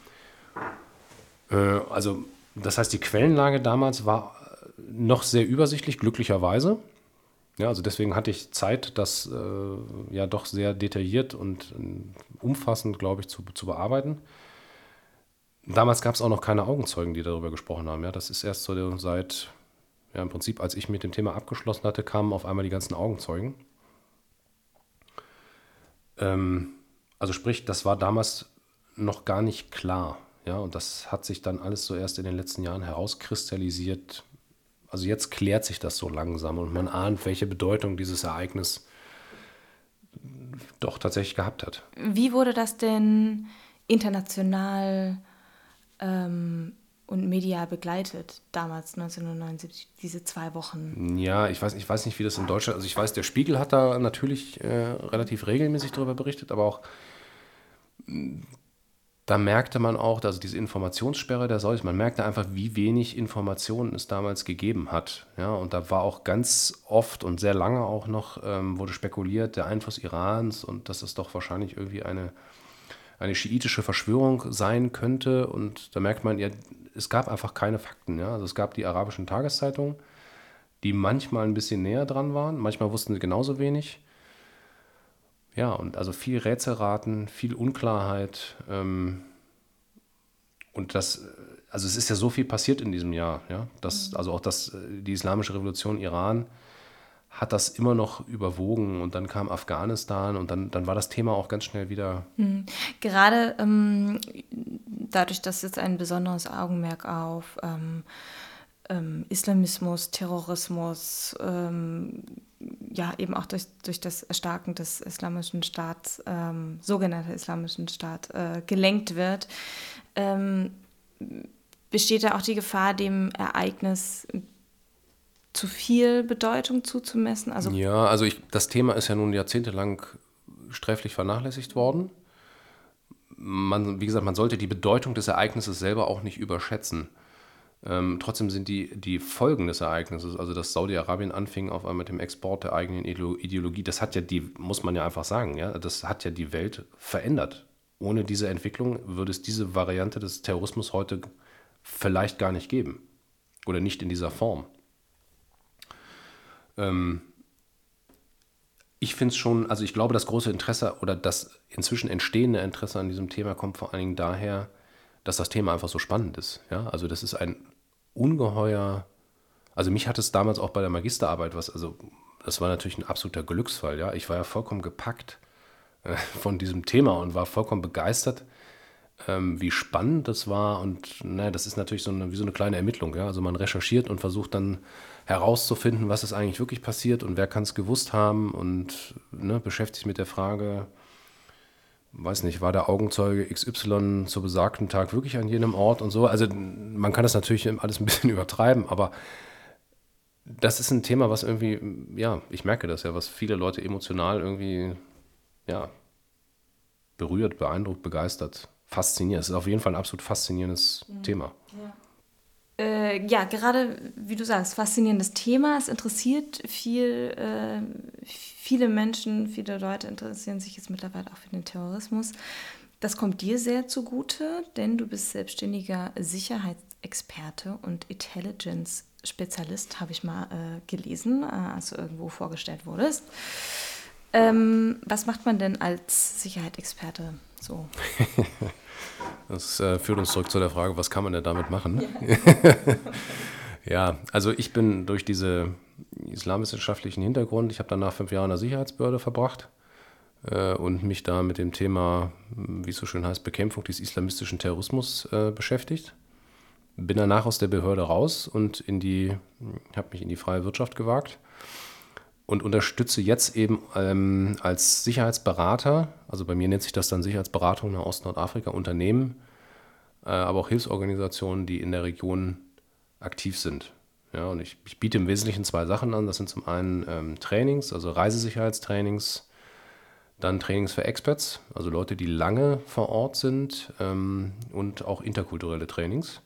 Also das heißt, die Quellenlage damals war noch sehr übersichtlich, glücklicherweise. Ja, also deswegen hatte ich Zeit, das doch sehr detailliert und umfassend, glaube ich, zu bearbeiten. Damals gab es auch noch keine Augenzeugen, die darüber gesprochen haben. Ja, das ist erst so seit, im Prinzip, als ich mit dem Thema abgeschlossen hatte, kamen auf einmal die ganzen Augenzeugen. Also sprich, das war damals noch gar nicht klar. Ja, und das hat sich dann alles so erst in den letzten Jahren herauskristallisiert. Also jetzt klärt sich das so langsam und man ahnt, welche Bedeutung dieses Ereignis doch tatsächlich gehabt hat. Wie wurde das denn international und medial begleitet, damals 1979, diese 2 Wochen? Ja, ich weiß nicht, wie das in Deutschland, also ich weiß, der Spiegel hat da natürlich relativ regelmäßig darüber berichtet, aber auch da merkte man auch, also diese Informationssperre der Saudis, man merkte einfach, wie wenig Informationen es damals gegeben hat. Ja, und da war auch ganz oft und sehr lange auch noch, wurde spekuliert, der Einfluss Irans und dass es doch wahrscheinlich irgendwie eine schiitische Verschwörung sein könnte. Und da merkt man, ja, es gab einfach keine Fakten. Ja? Also es gab die arabischen Tageszeitungen, die manchmal ein bisschen näher dran waren, manchmal wussten sie genauso wenig. Ja, und also viel Rätselraten, viel Unklarheit. Und das, also es ist ja so viel passiert in diesem Jahr. Ja? Also auch die Islamische Revolution Iran hat das immer noch überwogen und dann kam Afghanistan und dann war das Thema auch ganz schnell wieder. Gerade dadurch, dass jetzt ein besonderes Augenmerk auf ja eben auch durch das Erstarken des Islamischen Staats, sogenannten Islamischen Staat, gelenkt wird. Besteht da auch die Gefahr, dem Ereignis zu viel Bedeutung zuzumessen? Ja, also das Thema ist ja nun jahrzehntelang sträflich vernachlässigt worden. Wie gesagt, man sollte die Bedeutung des Ereignisses selber auch nicht überschätzen. Trotzdem sind die Folgen des Ereignisses, also dass Saudi-Arabien anfing auf einmal mit dem Export der eigenen Ideologie, das hat ja muss man ja einfach sagen, ja, das hat ja die Welt verändert. Ohne diese Entwicklung würde es diese Variante des Terrorismus heute vielleicht gar nicht geben. Oder nicht in dieser Form. Ich finde es schon, also ich glaube, das große Interesse oder das inzwischen entstehende Interesse an diesem Thema kommt vor allen Dingen daher, dass das Thema einfach so spannend ist. Ja? Also das ist ein ungeheuer, also mich hat es damals auch bei der Magisterarbeit das war natürlich ein absoluter Glücksfall. Ja? Ich war ja vollkommen gepackt von diesem Thema und war vollkommen begeistert, wie spannend das war. Und das ist natürlich wie so eine kleine Ermittlung. Ja? Also man recherchiert und versucht dann herauszufinden, was ist eigentlich wirklich passiert und wer kann es gewusst haben und beschäftigt sich mit der Frage, weiß nicht, war der Augenzeuge XY zu besagten Tag wirklich an jenem Ort und so. Also man kann das natürlich alles ein bisschen übertreiben, aber das ist ein Thema, was irgendwie, ja, ich merke das ja, was viele Leute emotional irgendwie, ja, berührt, beeindruckt, begeistert, fasziniert. Es ist auf jeden Fall ein absolut faszinierendes Thema. Ja, gerade wie du sagst, faszinierendes Thema. Es interessiert viele Menschen, viele Leute interessieren sich jetzt mittlerweile auch für den Terrorismus. Das kommt dir sehr zugute, denn du bist selbstständiger Sicherheitsexperte und Intelligence-Spezialist, habe ich mal gelesen, als du irgendwo vorgestellt wurdest. Was macht man denn als Sicherheitsexperte so? Das führt uns zurück zu der Frage, was kann man denn damit machen? Ja, also ich bin durch diesen islamwissenschaftlichen Hintergrund, ich habe danach 5 Jahre in der Sicherheitsbehörde verbracht und mich da mit dem Thema, wie es so schön heißt, Bekämpfung des islamistischen Terrorismus beschäftigt. Bin danach aus der Behörde raus und habe mich in die freie Wirtschaft gewagt und unterstütze jetzt eben als Sicherheitsberater, also bei mir nennt sich das dann Sicherheitsberatung nach Ost-Nordafrika, Unternehmen, aber auch Hilfsorganisationen, die in der Region aktiv sind. Ja, und ich biete im Wesentlichen 2 Sachen an. Das sind zum einen Trainings, also Reisesicherheitstrainings, dann Trainings für Experts, also Leute, die lange vor Ort sind und auch interkulturelle Trainings.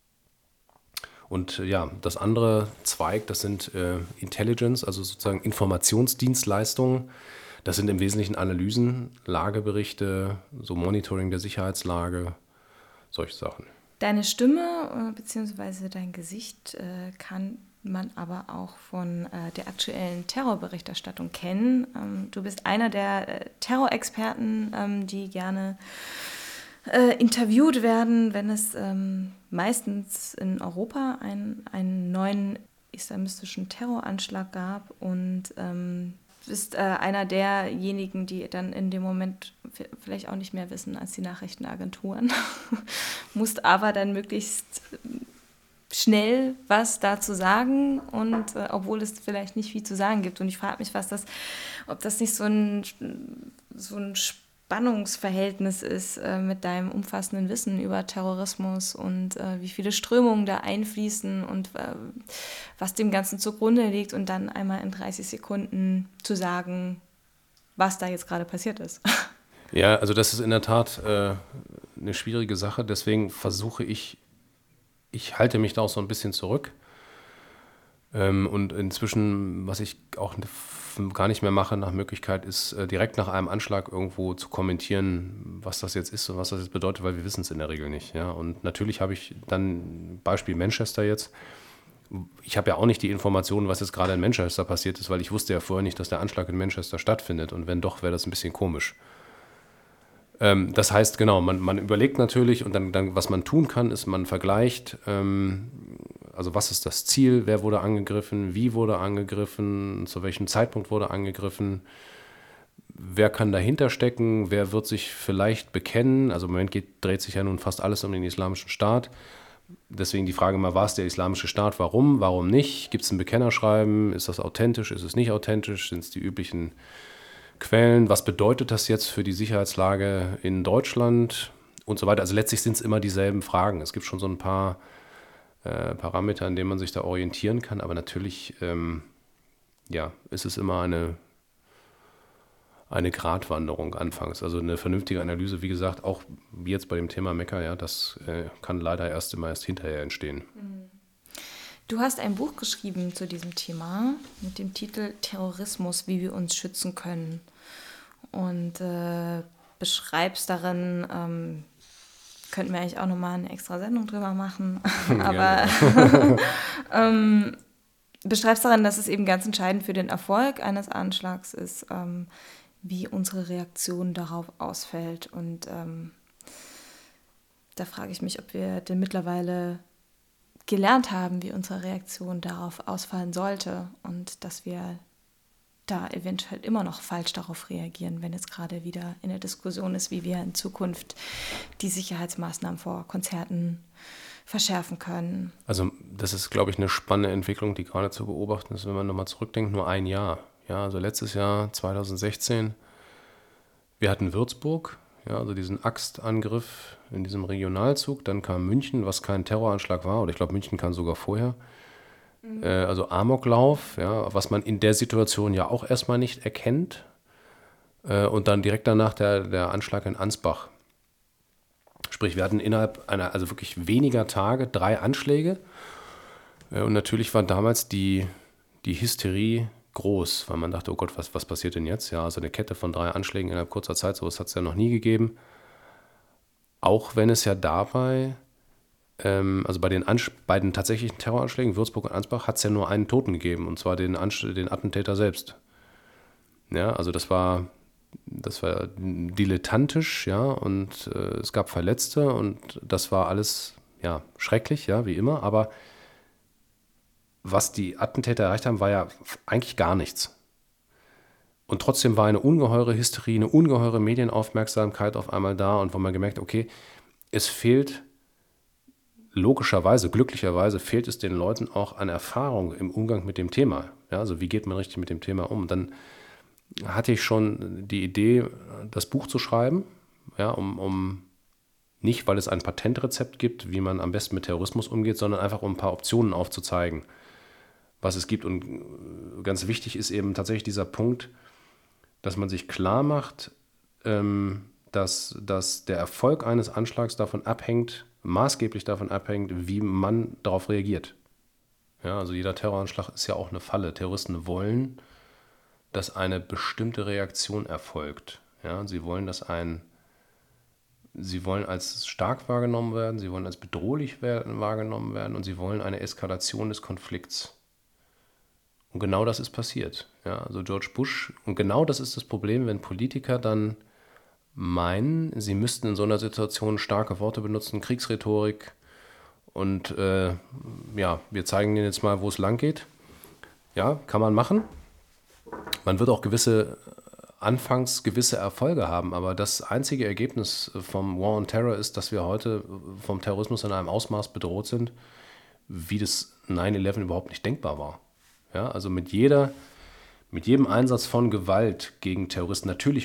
Und ja, das andere Zweig, das sind Intelligence, also sozusagen Informationsdienstleistungen. Das sind im Wesentlichen Analysen, Lageberichte, so Monitoring der Sicherheitslage, solche Sachen. Deine Stimme bzw. dein Gesicht kann man aber auch von der aktuellen Terrorberichterstattung kennen. Du bist einer der Terrorexperten, die gerne interviewt werden, wenn es meistens in Europa einen neuen islamistischen Terroranschlag gab und bist einer derjenigen, die dann in dem Moment vielleicht auch nicht mehr wissen als die Nachrichtenagenturen, musst aber dann möglichst schnell was dazu sagen und obwohl es vielleicht nicht viel zu sagen gibt. Und ich frage mich, ob das nicht so ein Spannungsverhältnis ist mit deinem umfassenden Wissen über Terrorismus und wie viele Strömungen da einfließen und was dem Ganzen zugrunde liegt und dann einmal in 30 Sekunden zu sagen, was da jetzt gerade passiert ist. Ja, also das ist in der Tat eine schwierige Sache, deswegen versuche ich halte mich da auch so ein bisschen zurück und inzwischen, was ich auch gar nicht mehr mache nach Möglichkeit, ist direkt nach einem Anschlag irgendwo zu kommentieren, was das jetzt ist und was das jetzt bedeutet, weil wir wissen es in der Regel nicht. Ja? Und natürlich habe ich dann, Beispiel Manchester jetzt, ich habe ja auch nicht die Informationen, was jetzt gerade in Manchester passiert ist, weil ich wusste ja vorher nicht, dass der Anschlag in Manchester stattfindet und wenn doch, wäre das ein bisschen komisch. Das heißt, genau, man überlegt natürlich und dann, was man tun kann, ist, man vergleicht, also was ist das Ziel, wer wurde angegriffen, wie wurde angegriffen, zu welchem Zeitpunkt wurde angegriffen, wer kann dahinter stecken, wer wird sich vielleicht bekennen, also im Moment dreht sich ja nun fast alles um den Islamischen Staat. deswegen die Frage mal, war es der Islamische Staat? Warum nicht? Gibt es ein Bekennerschreiben? Ist das authentisch? Ist es nicht authentisch? Sind es die üblichen Quellen? Was bedeutet das jetzt für die Sicherheitslage in Deutschland? Und so weiter. Also letztlich sind es immer dieselben Fragen. Es gibt schon so ein paar Parameter, an denen man sich da orientieren kann, aber natürlich ist es immer eine Gratwanderung anfangs. Also eine vernünftige Analyse, wie gesagt, auch jetzt bei dem Thema Mekka, ja, das kann leider erst hinterher entstehen. Du hast ein Buch geschrieben zu diesem Thema mit dem Titel Terrorismus, wie wir uns schützen können. Und beschreibst darin, könnten wir eigentlich auch nochmal eine extra Sendung drüber machen, aber beschreibst darin, dass es eben ganz entscheidend für den Erfolg eines Anschlags ist, wie unsere Reaktion darauf ausfällt. Und da frage ich mich, ob wir denn mittlerweile gelernt haben, wie unsere Reaktion darauf ausfallen sollte und dass wir da eventuell immer noch falsch darauf reagieren, wenn es gerade wieder in der Diskussion ist, wie wir in Zukunft die Sicherheitsmaßnahmen vor Konzerten verschärfen können. Also das ist, glaube ich, eine spannende Entwicklung, die gerade zu beobachten ist, wenn man nochmal zurückdenkt, nur ein Jahr. Ja, also letztes Jahr, 2016, wir hatten Würzburg, ja, also diesen Axtangriff in diesem Regionalzug, dann kam München, was kein Terroranschlag war, oder ich glaube, München kam sogar vorher. Also Amoklauf, ja, was man in der Situation ja auch erstmal nicht erkennt. Und dann direkt danach der Anschlag in Ansbach. Sprich, wir hatten innerhalb also wirklich weniger Tage 3 Anschläge. Und natürlich war damals die Hysterie groß, weil man dachte, oh Gott, was passiert denn jetzt? Ja, also eine Kette von 3 Anschlägen innerhalb kurzer Zeit, sowas hat es ja noch nie gegeben. Auch wenn es ja dabei, also bei den beiden tatsächlichen Terroranschlägen, Würzburg und Ansbach, hat es ja nur einen Toten gegeben, und zwar den Attentäter selbst. Ja, also das war dilettantisch, ja, und es gab Verletzte und das war alles, ja, schrecklich, ja, wie immer, aber was die Attentäter erreicht haben, war ja eigentlich gar nichts. Und trotzdem war eine ungeheure Hysterie, eine ungeheure Medienaufmerksamkeit auf einmal da, und wo man gemerkt hat, okay, es fehlt logischerweise, glücklicherweise fehlt es den Leuten auch an Erfahrung im Umgang mit dem Thema. Ja, also wie geht man richtig mit dem Thema um? Dann hatte ich schon die Idee, das Buch zu schreiben, ja, um nicht, weil es ein Patentrezept gibt, wie man am besten mit Terrorismus umgeht, sondern einfach um ein paar Optionen aufzuzeigen, was es gibt. Und ganz wichtig ist eben tatsächlich dieser Punkt, dass man sich klar macht, dass der Erfolg eines Anschlags maßgeblich davon abhängt, wie man darauf reagiert. Ja, also jeder Terroranschlag ist ja auch eine Falle. Terroristen wollen, dass eine bestimmte Reaktion erfolgt. Ja, sie wollen als stark wahrgenommen werden, sie wollen als bedrohlich wahrgenommen werden, und sie wollen eine Eskalation des Konflikts. Und genau das ist passiert. Ja, also George Bush, und genau das ist das Problem, wenn Politiker dann meinen, sie müssten in so einer Situation starke Worte benutzen, Kriegsrhetorik, und wir zeigen denen jetzt mal, wo es lang geht. Ja, kann man machen. Man wird auch anfangs gewisse Erfolge haben, aber das einzige Ergebnis vom War on Terror ist, dass wir heute vom Terrorismus in einem Ausmaß bedroht sind, wie das 9/11 überhaupt nicht denkbar war. Ja, also mit jedem Einsatz von Gewalt gegen Terroristen, natürlich,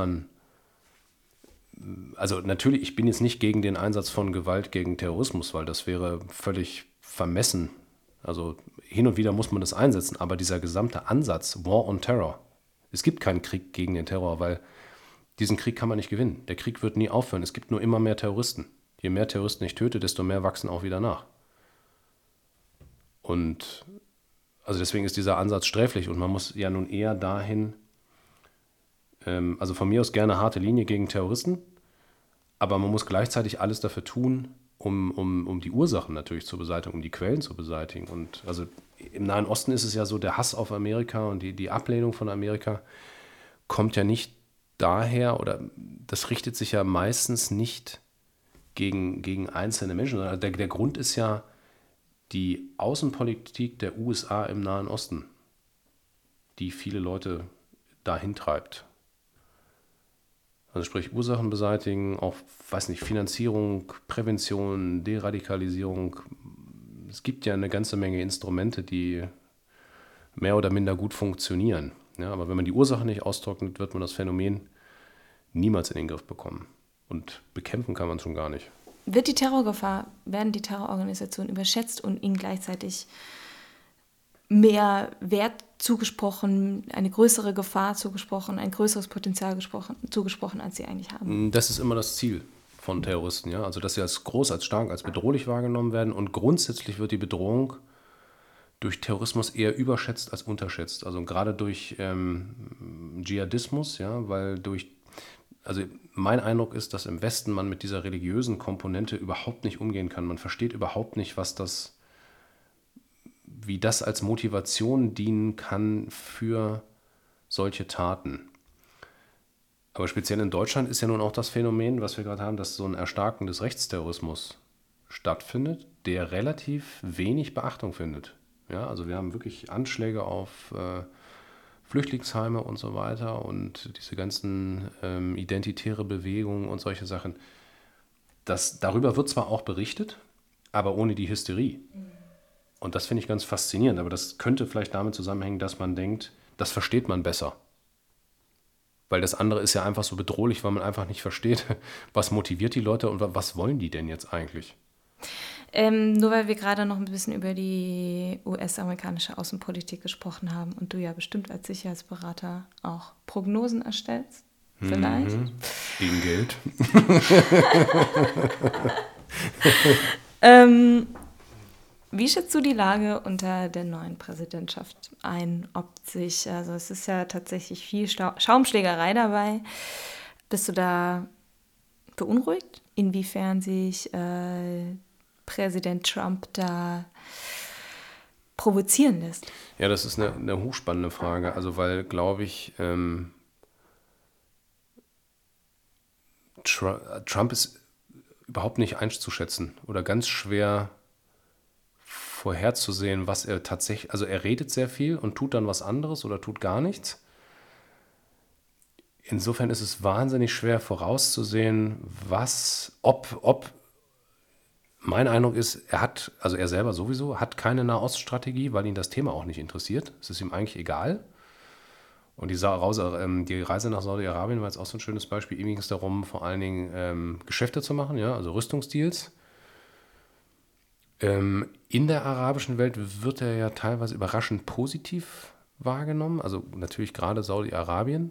ich bin jetzt nicht gegen den Einsatz von Gewalt gegen Terrorismus, weil das wäre völlig vermessen. Also hin und wieder muss man das einsetzen, aber dieser gesamte Ansatz, War on Terror, es gibt keinen Krieg gegen den Terror, weil diesen Krieg kann man nicht gewinnen. Der Krieg wird nie aufhören. Es gibt nur immer mehr Terroristen. Je mehr Terroristen ich töte, desto mehr wachsen auch wieder nach. Und also deswegen ist dieser Ansatz sträflich, und man muss ja nun eher dahin, also von mir aus gerne harte Linie gegen Terroristen, aber man muss gleichzeitig alles dafür tun, um die Ursachen natürlich zu beseitigen, um die Quellen zu beseitigen. Und also im Nahen Osten ist es ja so, der Hass auf Amerika und die Ablehnung von Amerika kommt ja nicht daher, oder das richtet sich ja meistens nicht gegen einzelne Menschen, sondern der Grund ist ja die Außenpolitik der USA im Nahen Osten, die viele Leute dahin treibt. Also sprich Ursachen beseitigen, auch, weiß nicht, Finanzierung, Prävention, Deradikalisierung. Es gibt ja eine ganze Menge Instrumente, die mehr oder minder gut funktionieren. Ja, aber wenn man die Ursache nicht austrocknet, wird man das Phänomen niemals in den Griff bekommen. Und bekämpfen kann man es schon gar nicht. Werden die Terrororganisationen überschätzt und ihnen gleichzeitig mehr Wert zugesprochen, eine größere Gefahr zugesprochen, ein größeres Potenzial zugesprochen, als sie eigentlich haben? Das ist immer das Ziel von Terroristen, ja. Also dass sie als groß, als stark, als bedrohlich wahrgenommen werden. Und grundsätzlich wird die Bedrohung durch Terrorismus eher überschätzt als unterschätzt. Also gerade durch Dschihadismus, ja, also mein Eindruck ist, dass im Westen man mit dieser religiösen Komponente überhaupt nicht umgehen kann. Man versteht überhaupt nicht, wie das als Motivation dienen kann für solche Taten. Aber speziell in Deutschland ist ja nun auch das Phänomen, was wir gerade haben, dass so ein Erstarken des Rechtsterrorismus stattfindet, der relativ wenig Beachtung findet. Ja, also wir haben wirklich Anschläge auf Flüchtlingsheime und so weiter und diese ganzen identitäre Bewegungen und solche Sachen. Darüber wird zwar auch berichtet, aber ohne die Hysterie. Und das finde ich ganz faszinierend, aber das könnte vielleicht damit zusammenhängen, dass man denkt, das versteht man besser. Weil das andere ist ja einfach so bedrohlich, weil man einfach nicht versteht, was motiviert die Leute und was wollen die denn jetzt eigentlich? Nur weil wir gerade noch ein bisschen über die US-amerikanische Außenpolitik gesprochen haben und du ja bestimmt als Sicherheitsberater auch Prognosen erstellst, vielleicht. Gegen Geld. Wie schätzt du die Lage unter der neuen Präsidentschaft ein? Also es ist ja tatsächlich viel Schaumschlägerei dabei. Bist du da beunruhigt, inwiefern sich Präsident Trump da provozieren lässt? Ja, das ist eine hochspannende Frage. Also weil, glaube ich, Trump ist überhaupt nicht einzuschätzen oder ganz schwer vorherzusehen, was er tatsächlich, also er redet sehr viel und tut dann was anderes oder tut gar nichts. Insofern ist es wahnsinnig schwer vorauszusehen, ob mein Eindruck ist, er selber sowieso hat keine Nahoststrategie, weil ihn das Thema auch nicht interessiert. Es ist ihm eigentlich egal. Und die Reise nach Saudi-Arabien war jetzt auch so ein schönes Beispiel. Ihm ging es darum, vor allen Dingen Geschäfte zu machen, ja, also Rüstungsdeals. In der arabischen Welt wird er ja teilweise überraschend positiv wahrgenommen, also natürlich gerade Saudi-Arabien.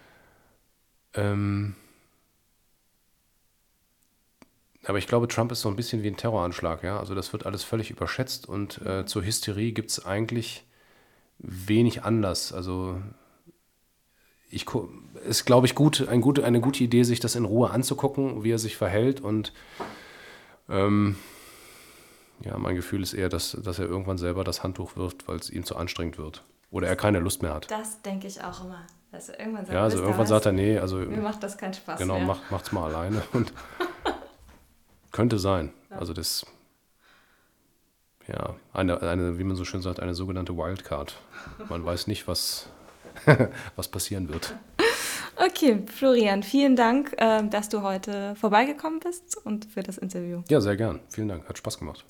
Aber ich glaube, Trump ist so ein bisschen wie ein Terroranschlag, ja. Also das wird alles völlig überschätzt und zur Hysterie gibt es eigentlich wenig Anlass. Also ist, glaube ich, eine gute Idee, sich das in Ruhe anzugucken, wie er sich verhält. Und ja, mein Gefühl ist eher, dass er irgendwann selber das Handtuch wirft, weil es ihm zu anstrengend wird. Oder er keine Lust mehr hat. Das denke ich auch immer. Also irgendwann sagt er, nee, also mir macht das keinen Spaß genau, mehr. macht's mal alleine. Und könnte sein. Ja. Also das, ja, eine, wie man so schön sagt, eine sogenannte Wildcard. Man weiß nicht, was passieren wird. Okay, Florian, vielen Dank, dass du heute vorbeigekommen bist und für das Interview. Ja, sehr gern. Vielen Dank. Hat Spaß gemacht.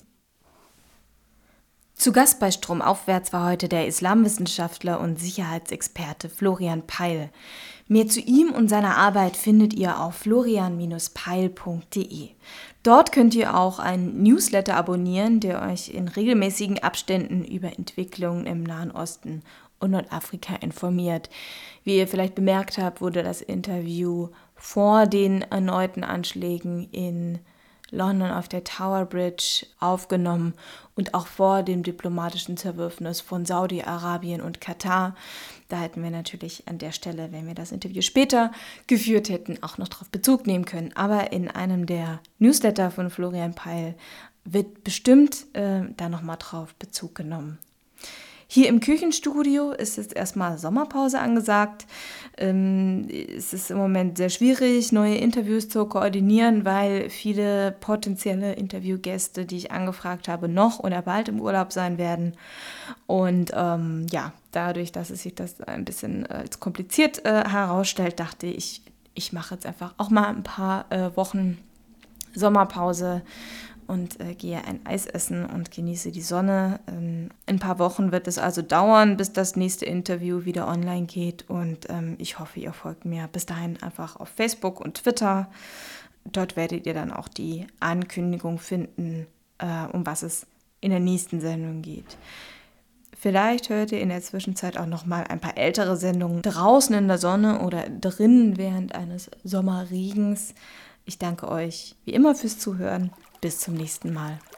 Zu Gast bei Stromaufwärts war heute der Islamwissenschaftler und Sicherheitsexperte Florian Peil. Mehr zu ihm und seiner Arbeit findet ihr auf florian-peil.de. Dort könnt ihr auch einen Newsletter abonnieren, der euch in regelmäßigen Abständen über Entwicklungen im Nahen Osten und Nordafrika informiert. Wie ihr vielleicht bemerkt habt, wurde das Interview vor den erneuten Anschlägen in London auf der Tower Bridge aufgenommen und auch vor dem diplomatischen Zerwürfnis von Saudi-Arabien und Katar. Da hätten wir natürlich an der Stelle, wenn wir das Interview später geführt hätten, auch noch darauf Bezug nehmen können. Aber in einem der Newsletter von Florian Peil wird bestimmt da nochmal drauf Bezug genommen. Hier im Küchenstudio ist jetzt erstmal Sommerpause angesagt. Es ist im Moment sehr schwierig, neue Interviews zu koordinieren, weil viele potenzielle Interviewgäste, die ich angefragt habe, noch oder bald im Urlaub sein werden. Und dadurch, dass es sich das ein bisschen als kompliziert herausstellt, dachte ich, ich mache jetzt einfach auch mal ein paar Wochen Sommerpause und gehe ein Eis essen und genieße die Sonne. In ein paar Wochen wird es also dauern, bis das nächste Interview wieder online geht und ich hoffe, ihr folgt mir bis dahin einfach auf Facebook und Twitter. Dort werdet ihr dann auch die Ankündigung finden, um was es in der nächsten Sendung geht. Vielleicht hört ihr in der Zwischenzeit auch noch mal ein paar ältere Sendungen draußen in der Sonne oder drinnen während eines Sommerregens. Ich danke euch wie immer fürs Zuhören. Bis zum nächsten Mal.